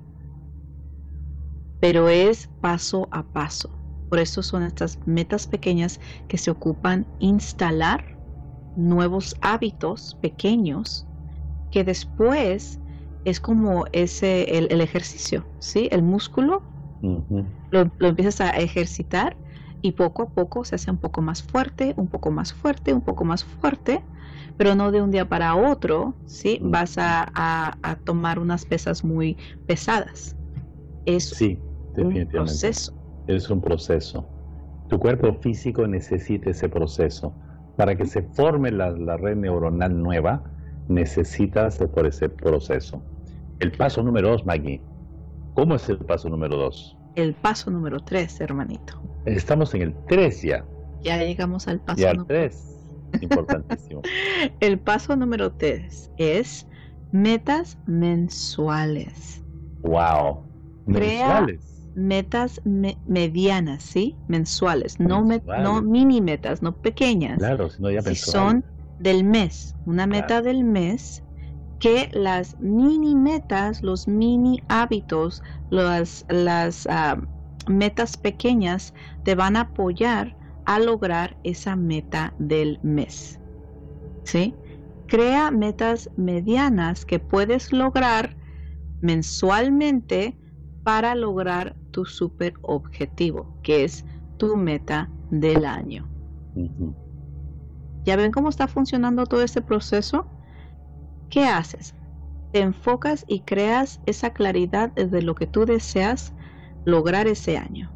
Pero es paso a paso. Por eso son estas metas pequeñas que se ocupan instalar nuevos hábitos pequeños que después es como ese el, el ejercicio, ¿sí? El músculo. Uh-huh. Lo, lo empiezas a ejercitar y poco a poco se hace un poco más fuerte, un poco más fuerte, un poco más fuerte, pero no de un día para otro, ¿sí? Uh-huh. Vas a, a, a tomar unas pesas muy pesadas. Es sí, un proceso. Es un proceso. Tu cuerpo físico necesita ese proceso. Para que se forme la, la red neuronal nueva, necesitas por ese proceso. El paso número dos, Maggie. ¿Cómo es el paso número dos? El paso número tres, hermanito. Estamos en el tres ya. Ya llegamos al paso ya número tres. Importantísimo. El paso número tres es metas mensuales. Wow. Crea Mensuales. metas me medianas, ¿sí? Mensuales, no, me no Mensuales. mini metas, no pequeñas. Claro, sino ya Si mensuales. son del mes, una meta Claro. del mes, que las mini metas, los mini hábitos, las, las ah, metas pequeñas te van a apoyar a lograr esa meta del mes, ¿sí? Crea metas medianas que puedes lograr mensualmente para lograr tu super objetivo, que es tu meta del año. Ujú. ¿Ya ven cómo está funcionando todo este proceso? ¿Qué haces? Te enfocas y creas esa claridad desde lo que tú deseas lograr ese año.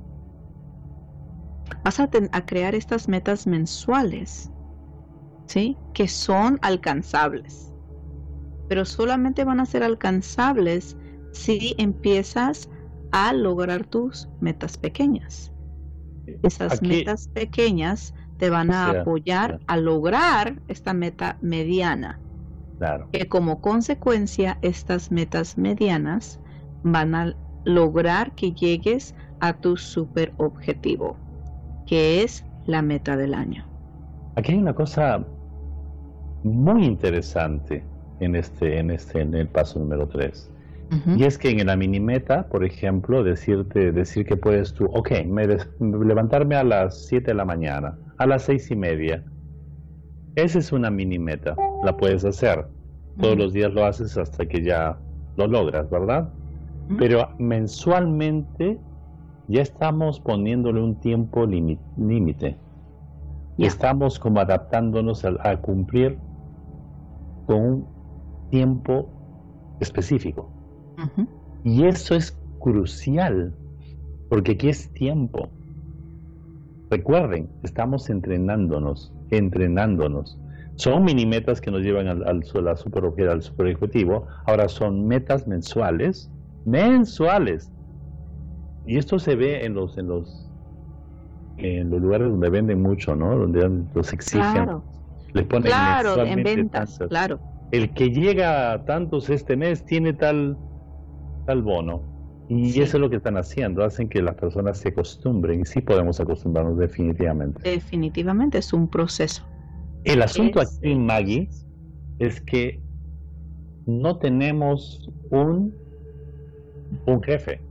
Vas a, a crear estas metas mensuales, ¿sí? Que son alcanzables. Pero solamente van a ser alcanzables si empiezas a lograr tus metas pequeñas. Esas Aquí, metas pequeñas te van a o sea, apoyar ya, a lograr esta meta mediana. claro. Que como consecuencia estas metas medianas van a lograr que llegues a tu super objetivo, que es la meta del año. Aquí hay una cosa muy interesante en este, en este, en el paso número tres. Uh-huh. Y es que en la mini meta, por ejemplo, decirte, decir que puedes tú, ok, me des- levantarme a las siete de la mañana, a las seis y media. Esa es una mini meta, la puedes hacer. Todos Uh-huh. los días lo haces hasta que ya lo logras, ¿verdad? Uh-huh. Pero mensualmente ya estamos poniéndole un tiempo limi- límite. Ya. Estamos como adaptándonos a, a cumplir con un tiempo específico. Uh-huh. Y eso es crucial, porque aquí es tiempo. Recuerden, estamos entrenándonos, entrenándonos. Son mini metas que nos llevan al, al, al, super, al super objetivo. Ahora son metas mensuales, mensuales. Y esto se ve en los, en los, en los lugares donde venden mucho, ¿no? Donde los exigen. Claro, Les ponen claro, en mensualmente ventas, tantas. claro. El que llega a tantos este mes tiene tal, tal bono. Y Sí. eso es lo que están haciendo, hacen que las personas se acostumbren. Y sí podemos acostumbrarnos definitivamente. Definitivamente es un proceso. El asunto Es- aquí, Maggie, es que no tenemos un, un jefe.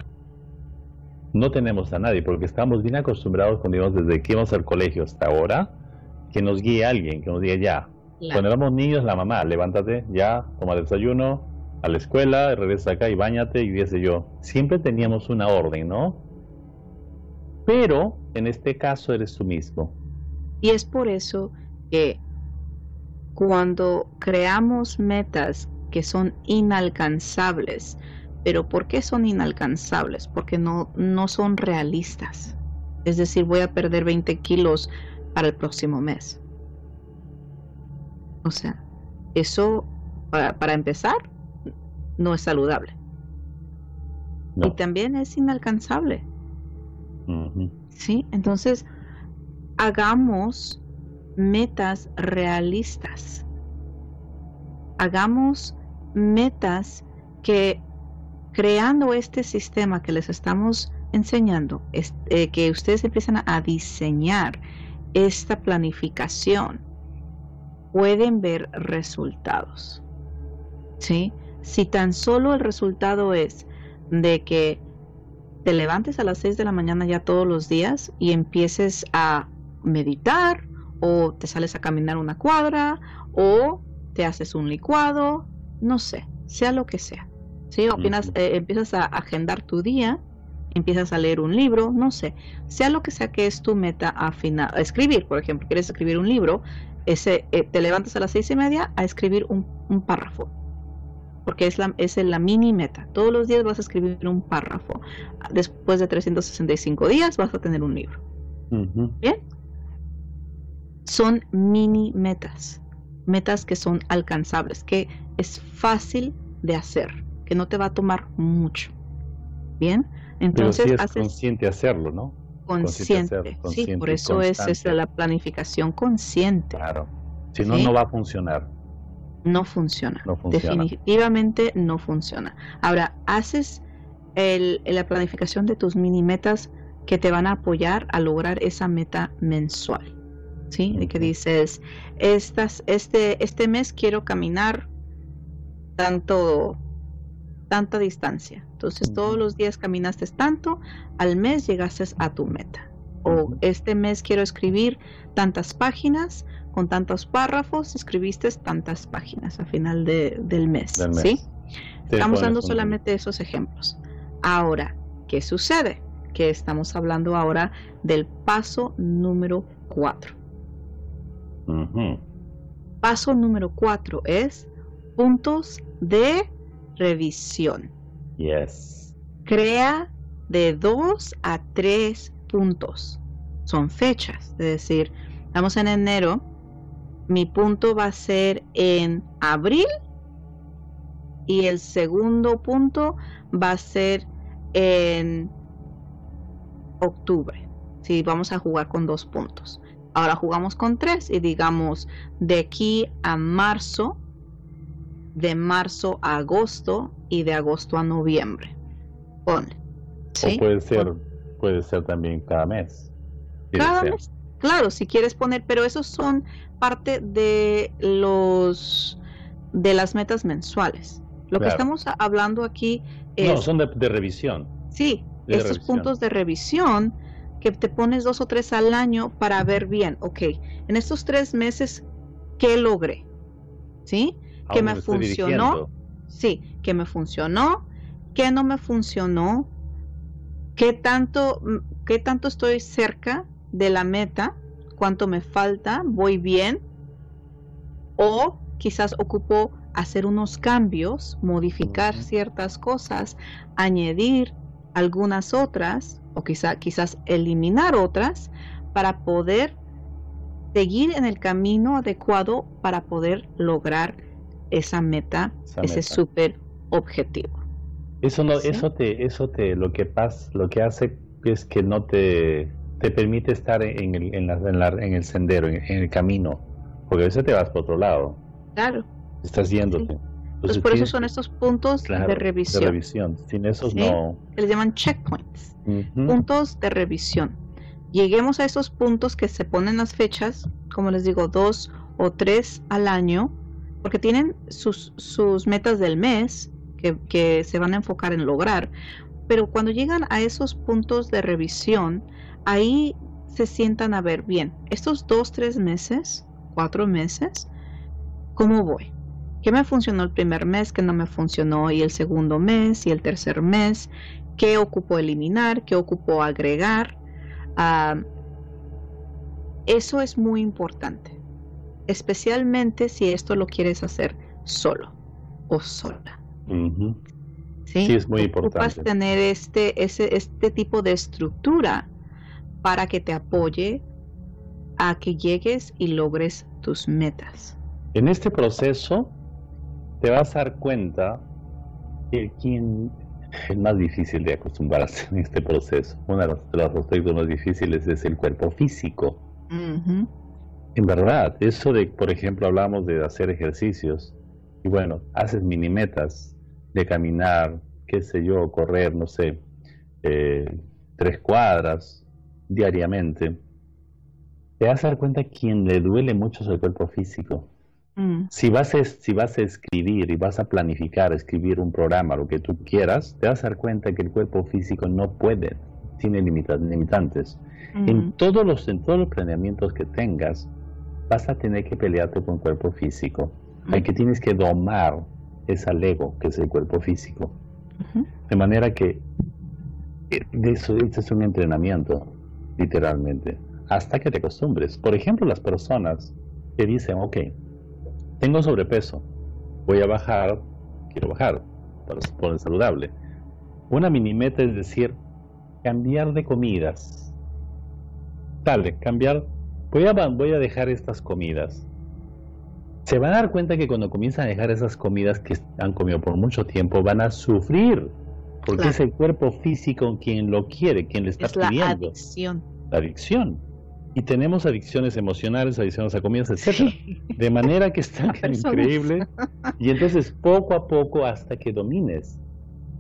No tenemos a nadie, porque estamos bien acostumbrados, cuando íbamos desde que íbamos al colegio hasta ahora, que nos guíe alguien, que nos diga ya. Claro. Cuando éramos niños, la mamá, levántate, ya, toma desayuno, a la escuela, regresa acá y báñate, y dice yo. Siempre teníamos una orden, ¿no? Pero, en este caso, eres tú mismo. Y es por eso que cuando creamos metas que son inalcanzables, pero ¿por qué son inalcanzables? Porque no, no son realistas. Es decir, voy a perder veinte kilos para el próximo mes. O sea, eso, para, para empezar, no es saludable. No. Y también es inalcanzable. Ujú. ¿Sí? Entonces, hagamos metas realistas. Hagamos metas que, creando este sistema que les estamos enseñando, es, eh, que ustedes empiezan a, a diseñar esta planificación, pueden ver resultados. ¿Sí? Si tan solo el resultado es de que te levantes a las seis de la mañana ya todos los días y empieces a meditar, o te sales a caminar una cuadra, o te haces un licuado, no sé, sea lo que sea. ¿Sí? Opinas, eh, empiezas a agendar tu día, empiezas a leer un libro, no sé, sea lo que sea que es tu meta a final, a escribir, por ejemplo, quieres escribir un libro, ese, eh, te levantas a las seis y media a escribir un, un párrafo. Porque es la, es la mini meta. Todos los días vas a escribir un párrafo. Después de trescientos sesenta y cinco días vas a tener un libro. Ujú. ¿Bien? Son mini metas. Metas que son alcanzables, que es fácil de hacer, que no te va a tomar mucho. ¿Bien? Entonces Pero sí es haces consciente hacerlo, ¿no? consciente. hacer, Sí, consciente por y eso es, es constante. la planificación consciente. Claro. Si no, ¿Sí? no va a funcionar. No funciona. No funciona. Definitivamente no funciona. Ahora, haces el, la planificación de tus mini metas que te van a apoyar a lograr esa meta mensual, ¿sí? De que dices, estas, este, este mes quiero caminar tanto, tanta distancia. Entonces, todos los días caminaste tanto, al mes llegaste a tu meta. O este mes quiero escribir tantas páginas, con tantos párrafos, escribiste tantas páginas a final de, del mes, Del mes. ¿sí? Sí, Estamos dando pones un- solamente esos ejemplos. Ahora, ¿qué sucede? Que estamos hablando ahora del paso número cuatro. Ujú. Paso número cuatro es puntos de revisión. Yes. Crea de dos a tres puntos. Son fechas, es decir, estamos en enero, mi punto va a ser en abril y el segundo punto va a ser en octubre. Sí, vamos a jugar con dos puntos. Ahora jugamos con tres y digamos de aquí a marzo, de marzo a agosto y de agosto a noviembre. Ponle. ¿Sí? O puede ser, puede ser también cada mes. Si Cada desea. mes. Claro, si quieres poner, pero esos son parte de los de las metas mensuales. Lo que Claro. estamos a- hablando aquí es No, son de, de revisión. sí, de estos revisión. puntos de revisión que te pones dos o tres al año para ver bien, ok, en estos tres meses, ¿qué logré? ¿Sí? ¿A ¿Qué dónde me estoy funcionó? dirigiendo? Sí, ¿qué me funcionó? ¿Qué no me funcionó? ¿Qué tanto, mm, qué tanto estoy cerca de la meta? ¿Cuánto me falta? ¿Voy bien? O quizás ocupo hacer unos cambios, modificar Ujú. ciertas cosas, añadir algunas otras, o quizá, quizás eliminar otras, para poder seguir en el camino adecuado para poder lograr esa meta, Esa ese meta. súper objetivo. Eso no, ¿Sí? eso te, eso te, lo que pasa, lo que hace es que no te, te permite estar en el, en la, en la- en el sendero, en, en el camino, porque a veces te vas por otro lado, Claro. estás yéndote. Entonces, Entonces, por eso tienes- son estos puntos claro, de revisión. de revisión. Sin esos ¿Sí? no. Que les llaman checkpoints. Ujú. Puntos de revisión. Lleguemos a esos puntos que se ponen las fechas, como les digo, dos o tres al año, porque tienen sus, sus metas del mes que, que se van a enfocar en lograr. Pero cuando llegan a esos puntos de revisión, ahí se sientan a ver bien, estos dos, tres meses, cuatro meses, ¿cómo voy? ¿Qué me funcionó el primer mes? ¿Qué no me funcionó? Y el segundo mes y el tercer mes, ¿qué ocupo eliminar? ¿Qué ocupo agregar? Ah, eso es muy importante, especialmente si esto lo quieres hacer solo o sola. Ujú. ¿Sí? Sí, es muy Ocupas importante. tener este, ese, este tipo de estructura para que te apoye a que llegues y logres tus metas. En este proceso te vas a dar cuenta que quien es más difícil de acostumbrarse en este proceso, uno de los, de los aspectos más difíciles es el cuerpo físico. Ujú. En verdad, eso de, por ejemplo, hablamos de hacer ejercicios y bueno, haces mini metas de caminar, qué sé yo, correr, no sé, eh, tres cuadras diariamente. Te vas a dar cuenta que quien le duele mucho es el cuerpo físico. Mm, Si vas, a, si vas a escribir y vas a planificar, escribir un programa, lo que tú quieras, te vas a dar cuenta que el cuerpo físico no puede, tiene limita- limitantes. mm, En todos los, en todos los planeamientos que tengas, vas a tener que pelearte con el cuerpo físico. mm, Hay que tienes que domar ese ego que es el cuerpo físico. ujú. De manera que eh, de eso, este es un entrenamiento, literalmente, hasta que te acostumbres. Por ejemplo, las personas que dicen, ok, tengo sobrepeso, voy a bajar, quiero bajar, para poner saludable. Una mini meta es decir, cambiar de comidas. Dale, cambiar, voy a, voy a dejar estas comidas. Se van a dar cuenta que cuando comienzan a dejar esas comidas que han comido por mucho tiempo, van a sufrir, porque Claro. es el cuerpo físico quien lo quiere, quien le está Es la pidiendo. adicción. La adicción. Y tenemos adicciones emocionales, adicciones a comidas, etcétera. Sí. De manera que está A personas. increíble. Y entonces poco a poco hasta que domines.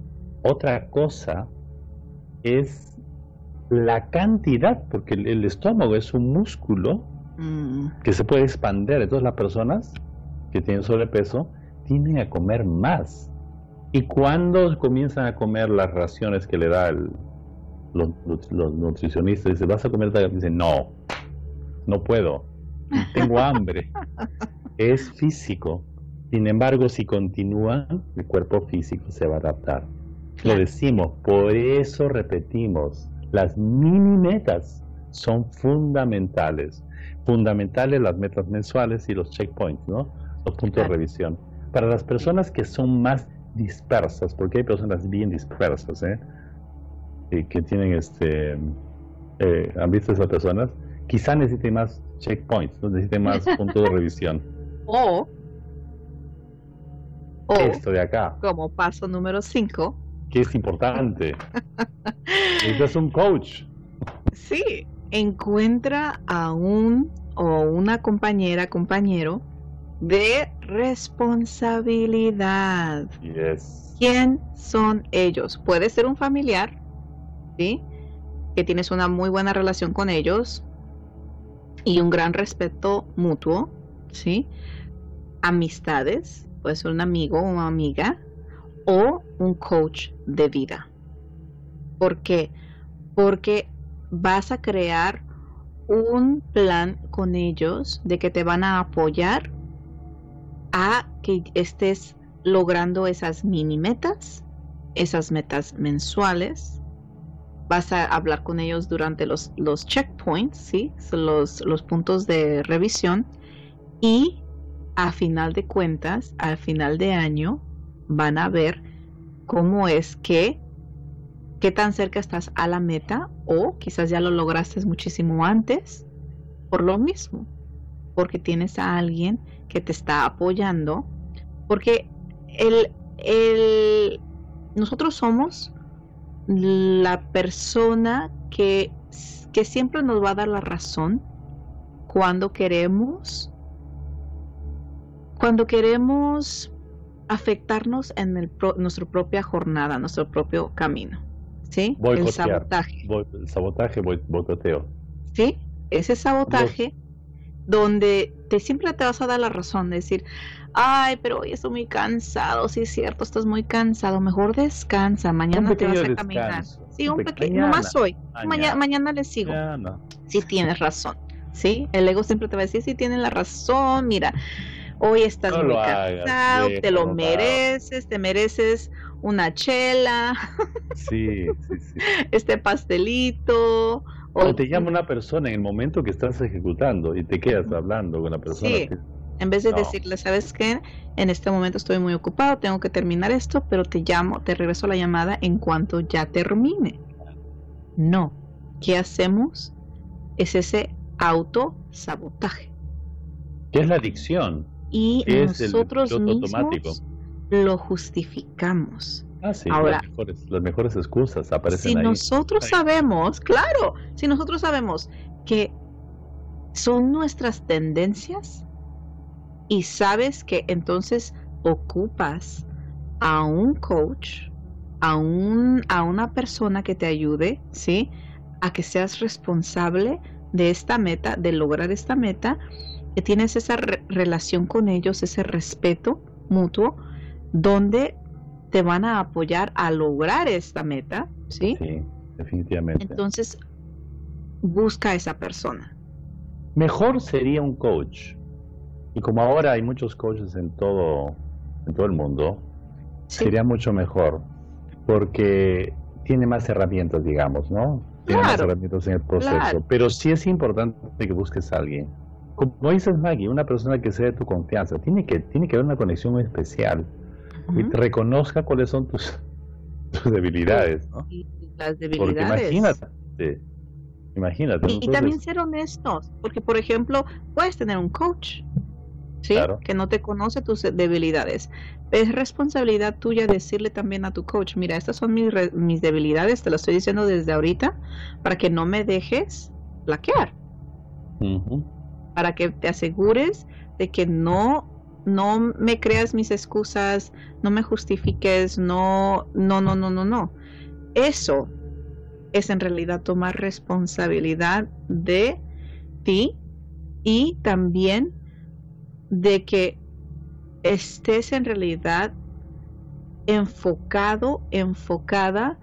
Otra cosa es la cantidad, porque el, el estómago es un músculo Mm. que se puede expandir. Entonces las personas que tienen sobrepeso tienden a comer más. Y cuando comienzan a comer las raciones que le da el, los, los nutricionistas, dicen, ¿vas a comer? Dicen, no, no puedo, tengo hambre. Es físico. Sin embargo, si continúan, el cuerpo físico se va a adaptar. Lo decimos, por eso repetimos, las mini metas son fundamentales. Fundamentales las metas mensuales y los checkpoints, ¿no? Los puntos Claro. de revisión. Para las personas que son más dispersas, porque hay personas bien dispersas, ¿eh? Y que tienen este... Eh, ¿Han visto esas personas? Quizá necesiten más checkpoints, ¿no? Necesiten más puntos de revisión. O, o Esto de acá, como paso número cinco, que es importante. Necesitas un coach. sí, encuentra a un o una compañera, compañero de responsabilidad. Yes. ¿Quién son ellos? Puede ser un familiar, ¿sí? Que tienes una muy buena relación con ellos y un gran respeto mutuo, ¿sí? Amistades, puede ser un amigo o una amiga, o un coach de vida. ¿Por qué? Porque vas a crear un plan con ellos de que te van a apoyar a que estés logrando esas mini metas, esas metas mensuales. Vas a hablar con ellos durante los, los checkpoints, ¿sí? Los, los puntos de revisión. Y a final de cuentas, al final de año, van a ver cómo es que, qué tan cerca estás a la meta, o quizás ya lo lograste muchísimo antes, por lo mismo, porque tienes a alguien que te está apoyando, porque el, el, nosotros somos la persona que, que siempre nos va a dar la razón cuando queremos cuando queremos afectarnos en el pro, nuestra propia jornada, nuestro propio camino, ¿sí? Boicotear. El sabotaje. Boy, sabotaje, boy, boicoteo. ¿Sí? Ese sabotaje donde te siempre te vas a dar la razón de decir, ay, pero hoy estoy muy cansado, sí es cierto, estás muy cansado, mejor descansa, mañana te vas a caminar. Descanso. Sí, un pequeño, nomás hoy, mañana, mañana, mañana le sigo. Mañana. Sí tienes razón, ¿sí? El ego siempre te va a decir, sí tienes la razón, mira, hoy estás no muy lo cansado, hagas, te lo no mereces, te mereces una chela, sí, sí, sí. este pastelito. O, o te llama una persona en el momento que estás ejecutando y te quedas hablando con la persona. Sí, que... en vez de no. decirle, ¿sabes qué? En este momento estoy muy ocupado, tengo que terminar esto, pero te llamo, te regreso la llamada en cuanto ya termine. No, ¿qué hacemos? Es ese autosabotaje. ¿Qué es la adicción? Y Es nosotros el mismos automático. lo justificamos. Ah, sí, Ahora, las mejores, las mejores excusas aparecen si ahí. nosotros Ahí. sabemos, claro, si nosotros sabemos que son nuestras tendencias y sabes que entonces ocupas a un coach, a, un, a una persona que te ayude, ¿sí? A que seas responsable de esta meta, de lograr esta meta, que tienes esa re- relación con ellos, ese respeto mutuo, donde te van a apoyar a lograr esta meta, ¿sí? Sí, definitivamente. Entonces, busca a esa persona. Mejor sería un coach. Y como ahora hay muchos coaches en todo, en todo el mundo, Sí. sería mucho mejor. Porque tiene más herramientas, digamos, ¿no? Tiene más Claro, herramientas en el proceso. claro. Pero sí es importante que busques a alguien. Como dices, Maggie, una persona que sea de tu confianza. Tiene que, tiene que haber una conexión muy especial. Y Ujú. te reconozca cuáles son tus, tus debilidades, ¿no? Y las Porque debilidades. imagínate, imagínate. Y, y entonces, también ser honestos, porque por ejemplo, puedes tener un coach, ¿sí? Claro. Que no te conoce tus debilidades. Es responsabilidad tuya decirle también a tu coach, mira, estas son mis, re- mis debilidades, te lo estoy diciendo desde ahorita, para que no me dejes flaquear, ujú, para que te asegures de que no no me creas mis excusas, no me justifiques, no, no, no, no, no, no. Eso es en realidad tomar responsabilidad de ti y también de que estés en realidad enfocado, enfocada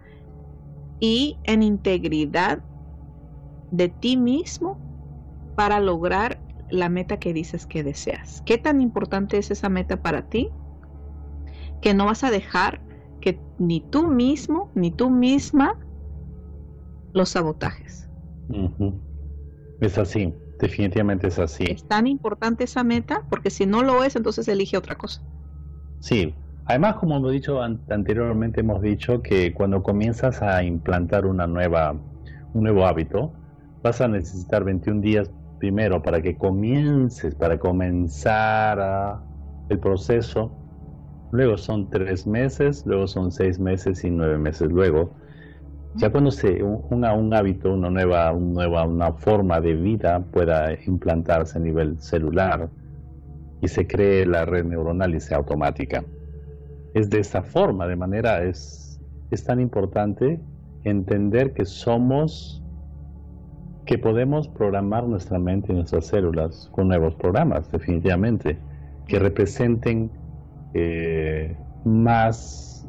y en integridad de ti mismo para lograr la meta que dices que deseas. ¿Qué tan importante es esa meta para ti? Que no vas a dejar que ni tú mismo ni tú misma los sabotajes. Uh-huh. Es así, definitivamente es así. Es tan importante esa meta porque si no lo es, entonces elige otra cosa. Sí, además, como hemos dicho an- anteriormente, hemos dicho que cuando comienzas a implantar una nueva, un nuevo hábito, vas a necesitar veintiún días primero para que comiences, para comenzar a- el proceso. Luego son tres meses, luego son seis meses y nueve meses luego. Ya cuando se un, una- un hábito, una nueva, una nueva, una forma de vida pueda implantarse a nivel celular y se cree la red neuronal y sea automática. Es de esa forma, de manera, es, es tan importante entender que somos, que podemos programar nuestra mente y nuestras células con nuevos programas, definitivamente, que representen eh, más,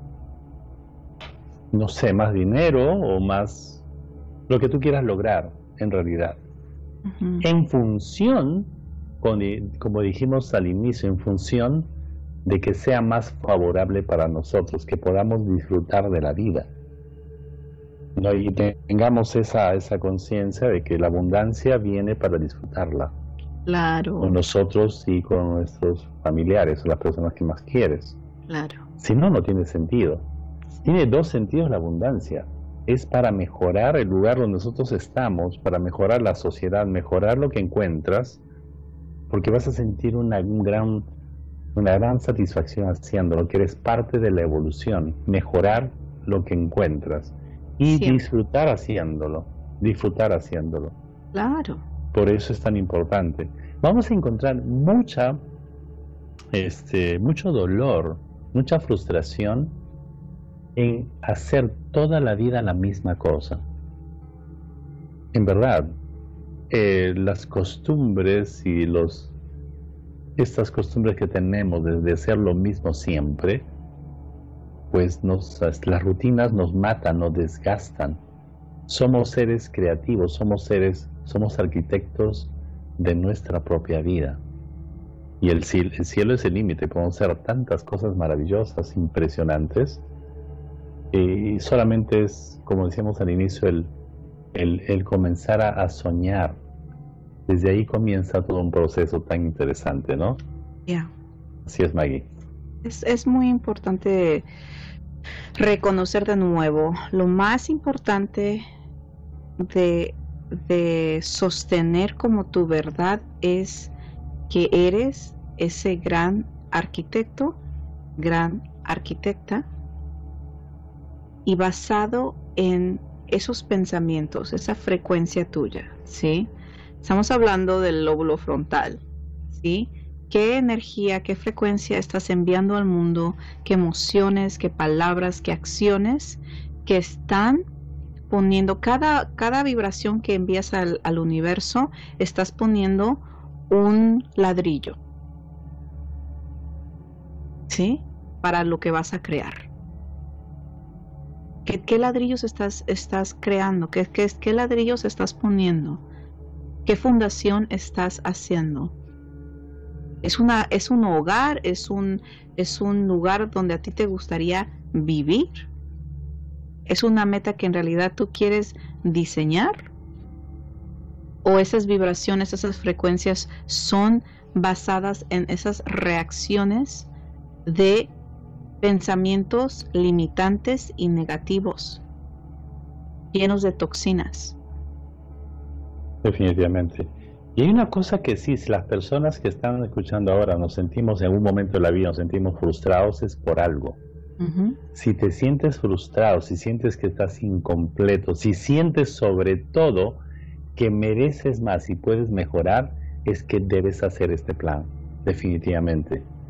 no sé, más dinero o más, lo que tú quieras lograr en realidad. Uh-huh. En función, con- como dijimos al inicio, en función de que sea más favorable para nosotros, que podamos disfrutar de la vida, ¿no? Y que tengamos esa, esa conciencia de que la abundancia viene para disfrutarla Claro, con nosotros y con nuestros familiares o las personas que más quieres. claro. Si no, no tiene sentido. Tiene dos sentidos la abundancia. Es para mejorar el lugar donde nosotros estamos, para mejorar la sociedad, mejorar lo que encuentras, porque vas a sentir una, un gran, una gran satisfacción haciéndolo, que eres parte de la evolución, mejorar lo que encuentras y Siempre. disfrutar haciéndolo, disfrutar haciéndolo. Claro. Por eso es tan importante. Vamos a encontrar mucha, este, mucho dolor, mucha frustración en hacer toda la vida la misma cosa. En verdad, eh, las costumbres y los estas costumbres que tenemos de, de hacer lo mismo siempre, pues nos, las rutinas nos matan, nos desgastan. Somos seres creativos, somos seres, somos arquitectos de nuestra propia vida. Y el, cielo, el cielo es el límite, podemos hacer tantas cosas maravillosas, impresionantes. Y solamente es, como decíamos al inicio, el, el, el comenzar a, a soñar. Desde ahí comienza todo un proceso tan interesante, ¿no? Ya. Yeah. Así es, Maggie. Es, es muy importante reconocer de nuevo lo más importante de, de sostener como tu verdad es que eres ese gran arquitecto, gran arquitecta, y basado en esos pensamientos, esa frecuencia tuya, ¿sí? Estamos hablando del lóbulo frontal, ¿sí? ¿Qué energía, qué frecuencia estás enviando al mundo? ¿Qué emociones, qué palabras, qué acciones que están poniendo? Cada, cada vibración que envías al, al universo, estás poniendo un ladrillo, ¿sí? Para lo que vas a crear. ¿Qué, qué ladrillos estás, estás creando? ¿Qué, qué, ¿Qué ladrillos estás poniendo? ¿Qué fundación estás haciendo? ¿Es, una, es un hogar? ¿Es un, ¿Es un lugar donde a ti te gustaría vivir? ¿Es una meta que en realidad tú quieres diseñar? ¿O esas vibraciones, esas frecuencias son basadas en esas reacciones de pensamientos limitantes y negativos, llenos de toxinas? Definitivamente. Y hay una cosa que sí, si las personas que están escuchando ahora nos sentimos en un momento de la vida, nos sentimos frustrados, es por algo. Uh-huh. Si te sientes frustrado, si sientes que estás incompleto, si sientes sobre todo que mereces más y puedes mejorar, es que debes hacer este plan, definitivamente.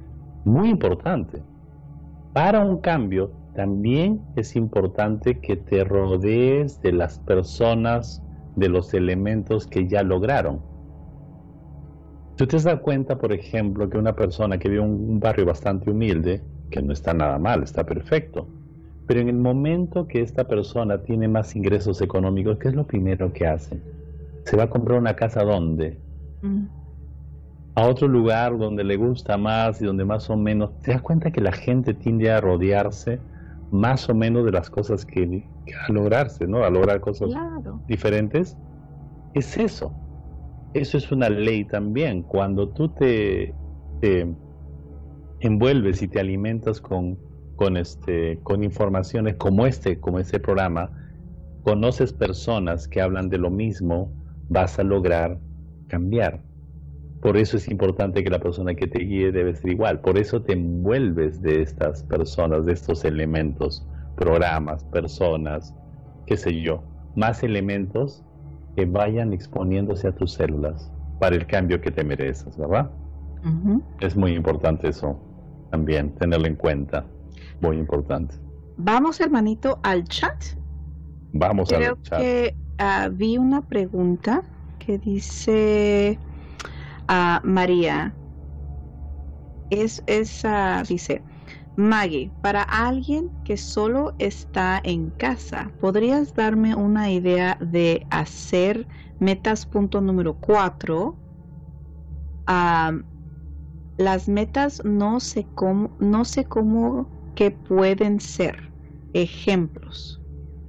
Muy importante. Para un cambio, también es importante que te rodees de las personas, de los elementos que ya lograron. Tú te das cuenta, por ejemplo, que una persona que vive en un barrio bastante humilde, que no está nada mal, está perfecto, pero en el momento que esta persona tiene más ingresos económicos, ¿qué es lo primero que hace? Se va a comprar una casa, ¿dónde? Mm. A otro lugar donde le gusta más y donde más o menos, te das cuenta que la gente tiende a rodearse más o menos de las cosas que, que a lograrse, ¿no? A lograr cosas claro. diferentes. Es eso. Eso es una ley también. Cuando tú te, te envuelves y te alimentas con, con, este, con informaciones como este, como este programa, conoces personas que hablan de lo mismo, vas a lograr cambiar. Por eso es importante que la persona que te guíe debe ser igual. Por eso te envuelves de estas personas, de estos elementos, programas, personas, qué sé yo, más elementos que vayan exponiéndose a tus células para el cambio que te mereces, ¿verdad? Uh-huh. Es muy importante eso también, tenerlo en cuenta. Muy importante. Vamos, hermanito, al chat. Vamos Creo al chat. que uh, vi una pregunta que dice... Uh, María, es, es uh, dice, Maggie, para alguien que solo está en casa, ¿podrías darme una idea de hacer metas punto número cuatro? Uh, las metas no sé cómo, no sé cómo que pueden ser. Ejemplos.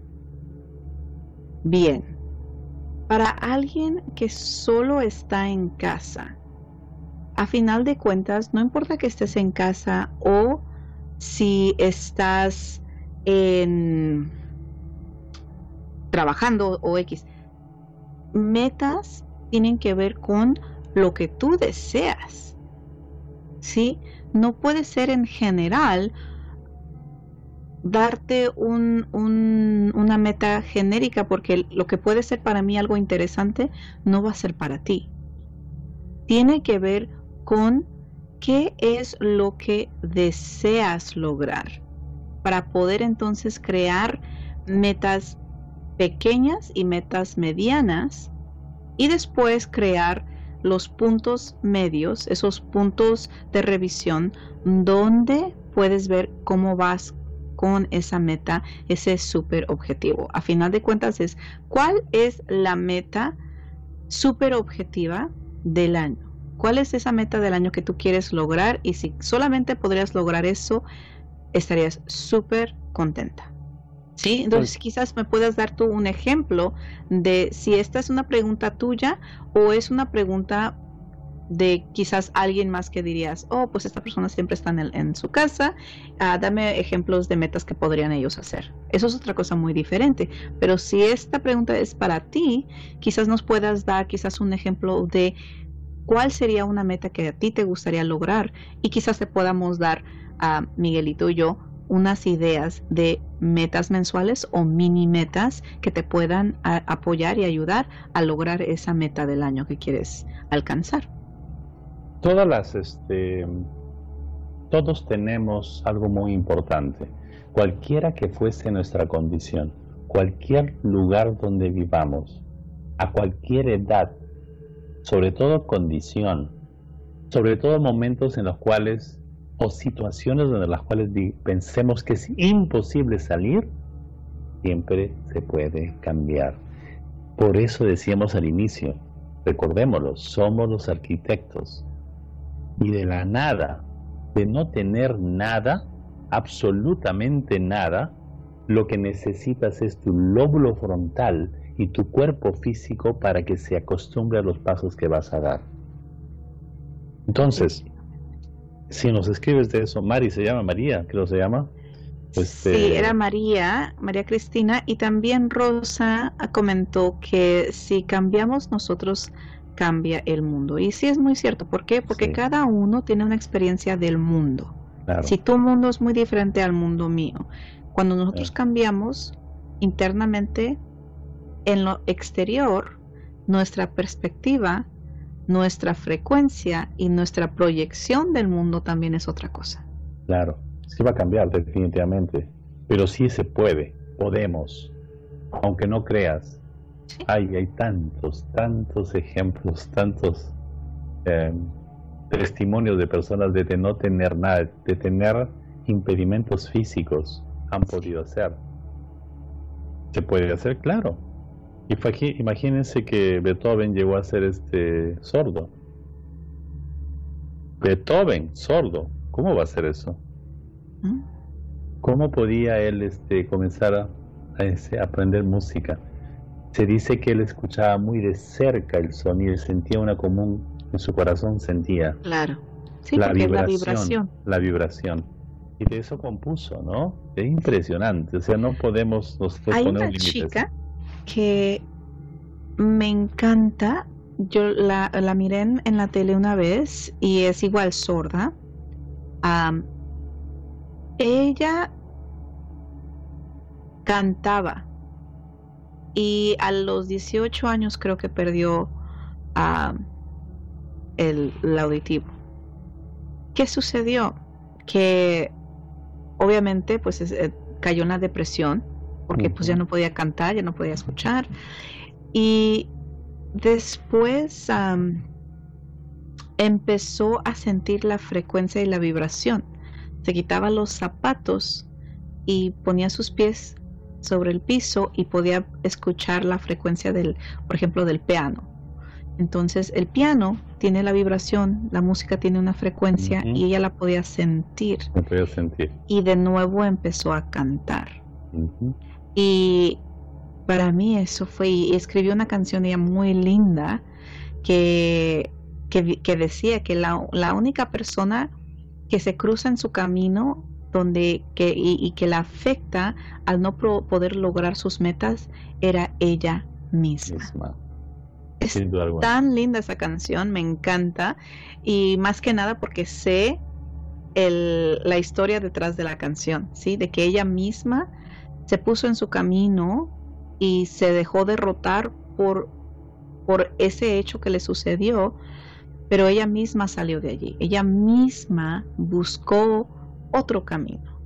Bien. Para alguien que solo está en casa, a final de cuentas, no importa que estés en casa o si estás en, trabajando o X, metas tienen que ver con lo que tú deseas, ¿sí? No puede ser en general darte un, un, una meta genérica, porque lo que puede ser para mí algo interesante no va a ser para ti. Tiene que ver con qué es lo que deseas lograr para poder entonces crear metas pequeñas y metas medianas y después crear los puntos medios, esos puntos de revisión donde puedes ver cómo vas con esa meta, ese súper objetivo. A final de cuentas es, ¿cuál es la meta súper objetiva del año? ¿Cuál es esa meta del año que tú quieres lograr? Y si solamente podrías lograr eso, estarías súper contenta. ¿Sí? Entonces pues, quizás me puedas dar tú un ejemplo de si esta es una pregunta tuya o es una pregunta de quizás alguien más que dirías, oh, pues esta persona siempre está en, el, en su casa, uh, dame ejemplos de metas que podrían ellos hacer. Eso es otra cosa muy diferente, pero si esta pregunta es para ti, quizás nos puedas dar quizás un ejemplo de cuál sería una meta que a ti te gustaría lograr y quizás te podamos dar a uh, Miguelito y yo unas ideas de metas mensuales o mini metas que te puedan a, apoyar y ayudar a lograr esa meta del año que quieres alcanzar. Todas las, este, todos tenemos algo muy importante. Cualquiera que fuese nuestra condición, cualquier lugar donde vivamos, a cualquier edad, sobre todo condición, sobre todo momentos en los cuales, o situaciones en las cuales pensemos que es imposible salir, siempre se puede cambiar. Por eso decíamos al inicio, recordémoslo, somos los arquitectos. Y de la nada, de no tener nada, absolutamente nada, lo que necesitas es tu lóbulo frontal y tu cuerpo físico para que se acostumbre a los pasos que vas a dar. Entonces, si nos escribes de eso, Mari, ¿se llama María? Creo que se llama. Este... Sí, era María, María Cristina, y también Rosa comentó que si cambiamos nosotros, cambia el mundo. Y sí es muy cierto. ¿Por qué? Porque sí, cada uno tiene una experiencia del mundo. Claro. Si tu mundo es muy diferente al mundo mío, cuando nosotros sí. cambiamos internamente, en lo exterior, nuestra perspectiva nuestra frecuencia y nuestra proyección del mundo también es otra cosa. Claro, sí va a cambiar definitivamente, pero sí se puede, podemos, aunque no creas. ¿Sí? Hay, hay tantos, tantos ejemplos, tantos eh, testimonios de personas de no tener nada, de tener impedimentos físicos, han podido hacer. Se puede hacer, claro. Y fue aquí, imagínense que Beethoven llegó a ser este sordo. Beethoven, sordo. ¿Cómo va a ser eso? ¿Mm? ¿Cómo podía él este, comenzar a, a ese, aprender música? Se dice que él escuchaba muy de cerca el sonido y sentía una común, en su corazón sentía Claro. Sí, la porque es la vibración, vibración. la vibración. Y de eso compuso, ¿no? Es impresionante. O sea, no podemos nosotros Hay poner una un límite. chica que me encanta. Yo la, la miré en, en la tele una vez y es igual sorda. Am, ella cantaba y a los dieciocho años creo que perdió am, el, el auditivo. ¿Qué sucedió? Que obviamente pues es- eh, cayó en la depresión porque pues ya Ujú. no podía cantar, ya no podía escuchar. Y después am, empezó a sentir la frecuencia y la vibración. Se quitaba los zapatos y ponía sus pies sobre el piso y podía escuchar la frecuencia del, por ejemplo, del piano. Entonces el piano tiene la vibración, la música tiene una frecuencia Ujú. y ella la podía sentir. Me podía sentir. Y de nuevo empezó a cantar. Ujú. Y para mí eso fue, y escribió una canción ella muy linda que, que, di- que decía que la, la única persona que se cruza en su camino donde, que, y, y que la afecta al no pro- poder lograr sus metas era ella misma. Misma, Es sin duda alguna. tan linda esa canción, me encanta, y más que nada porque sé el, la historia detrás de la canción, ¿sí? De que ella misma se puso en su camino y se dejó derrotar por, por ese hecho que le sucedió, pero ella misma salió de allí. Ella misma buscó otro camino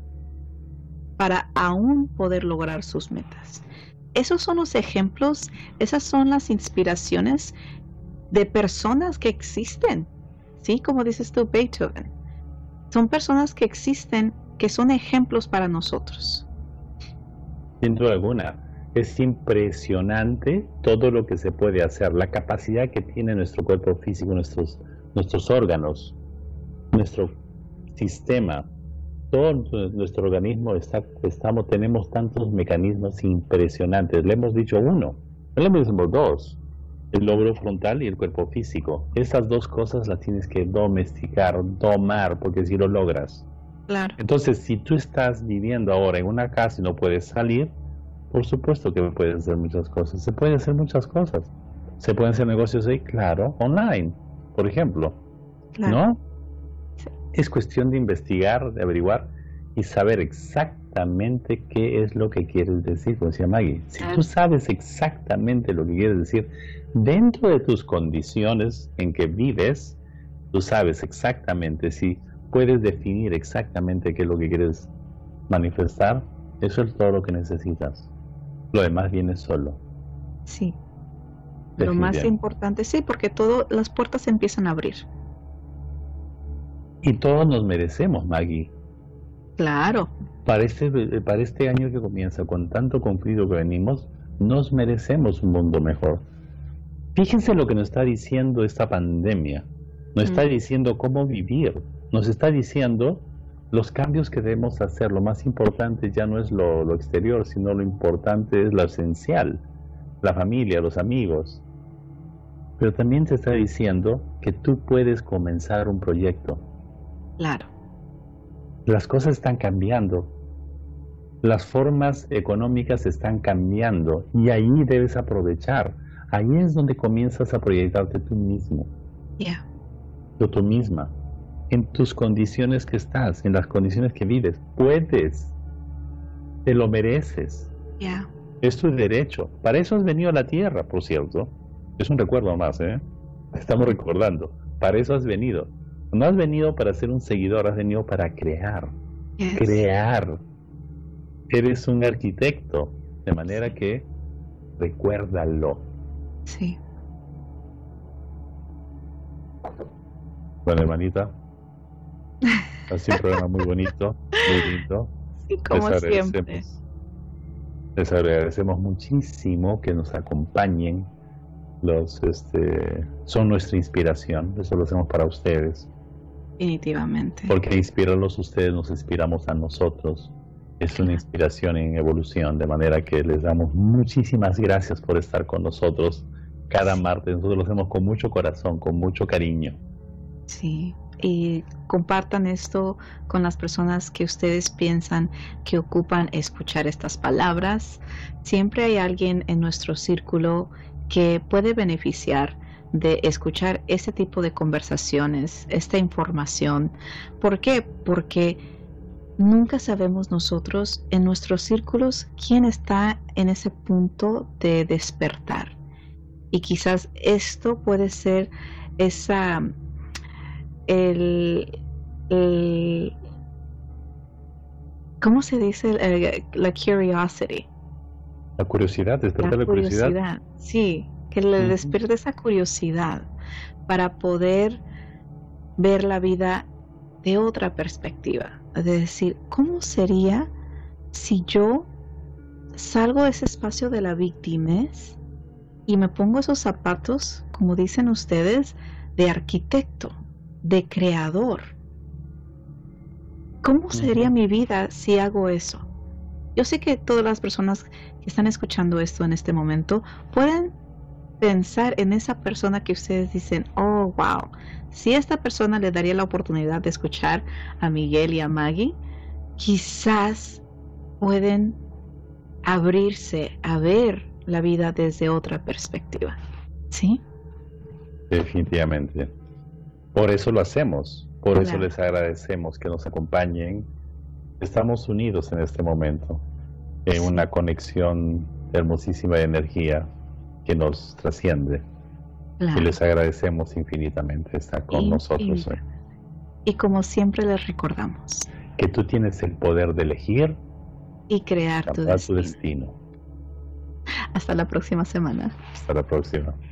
para aún poder lograr sus metas. Esos son los ejemplos, esas son las inspiraciones de personas que existen, ¿sí? Como dices tú, Beethoven. Son personas que existen, que son ejemplos para nosotros. Sin duda alguna. Es impresionante todo lo que se puede hacer, la capacidad que tiene nuestro cuerpo físico, nuestros, nuestros órganos, nuestro sistema, todo nuestro organismo está, estamos, tenemos tantos mecanismos impresionantes. Le hemos dicho uno, le hemos dicho dos, el lóbulo frontal y el cuerpo físico. Esas dos cosas las tienes que domesticar, domar, porque si lo logras. Claro. Entonces, si tú estás viviendo ahora en una casa y no puedes salir, por supuesto que puedes hacer muchas cosas. Se pueden hacer muchas cosas. Se pueden hacer negocios ahí, claro, online, por ejemplo. Claro. ¿No? Sí. Es cuestión de investigar, de averiguar y saber exactamente qué es lo que quieres decir, como decía Maggie. Si Claro. tú sabes exactamente lo que quieres decir, dentro de tus condiciones en que vives, tú sabes exactamente, si puedes definir exactamente qué es lo que quieres manifestar, eso es todo lo que necesitas. Lo demás viene solo. Sí. Lo más Definitivamente. importante, sí, porque todas las puertas se empiezan a abrir. Y todos nos merecemos, Maggie. Claro. Para este, para este año que comienza, con tanto conflicto que venimos, nos merecemos un mundo mejor. Fíjense lo que nos está diciendo esta pandemia. Nos está Mm. diciendo cómo vivir. Nos está diciendo los cambios que debemos hacer. Lo más importante ya no es lo, lo exterior, sino lo importante es lo esencial. La familia, los amigos. Pero también te está diciendo que tú puedes comenzar un proyecto. Claro. Las cosas están cambiando. Las formas económicas están cambiando y ahí debes aprovechar. Ahí es donde comienzas a proyectarte tú mismo, Yeah. o tú misma, en tus condiciones que estás, en las condiciones que vives. Puedes, te lo mereces, Yeah. es tu derecho. Para eso has venido a la tierra, por cierto. Es un recuerdo más, ¿eh? Estamos recordando. Para eso has venido. No has venido para ser un seguidor, has venido para crear. Yes. Crear. Eres un arquitecto, de manera que recuérdalo. Sí. Bueno, hermanita, ha sido un programa muy bonito, muy lindo. Sí, como les siempre. agradecemos, les agradecemos muchísimo que nos acompañen. Los, este, son nuestra inspiración. Eso lo hacemos para ustedes. Definitivamente. Porque inspirarlos ustedes, nos inspiramos a nosotros. Es una inspiración en evolución, de manera que les damos muchísimas gracias por estar con nosotros cada martes. Nosotros lo hacemos con mucho corazón, con mucho cariño. Sí, y compartan esto con las personas que ustedes piensan que ocupan escuchar estas palabras. Siempre hay alguien en nuestro círculo que puede beneficiar de escuchar este tipo de conversaciones, esta información. ¿Por qué? Porque nunca sabemos nosotros en nuestros círculos quién está en ese punto de despertar. Y quizás esto puede ser esa... El, el, ¿cómo se dice? El, la curiosity. La curiosidad, despertar la, la curiosidad. curiosidad. Sí, que le Uh-huh. despierte esa curiosidad para poder ver la vida de otra perspectiva. De decir, ¿cómo sería si yo salgo de ese espacio de la victimez y me pongo esos zapatos, como dicen ustedes, de arquitecto, de creador? ¿Cómo sería uh-huh. mi vida si hago eso? Yo sé que todas las personas que están escuchando esto en este momento pueden pensar en esa persona que ustedes dicen, oh, wow, si esta persona le daría la oportunidad de escuchar a Miguel y a Maggie, quizás pueden abrirse a ver la vida desde otra perspectiva. ¿Sí? Definitivamente. Por eso lo hacemos, por claro. eso les agradecemos que nos acompañen. Estamos unidos en este momento, en sí. una conexión hermosísima de energía que nos trasciende. Claro. Y les agradecemos infinitamente estar con y, nosotros hoy. Y como siempre les recordamos que tú tienes el poder de elegir y crear tu destino. tu destino. Hasta la próxima semana. Hasta la próxima.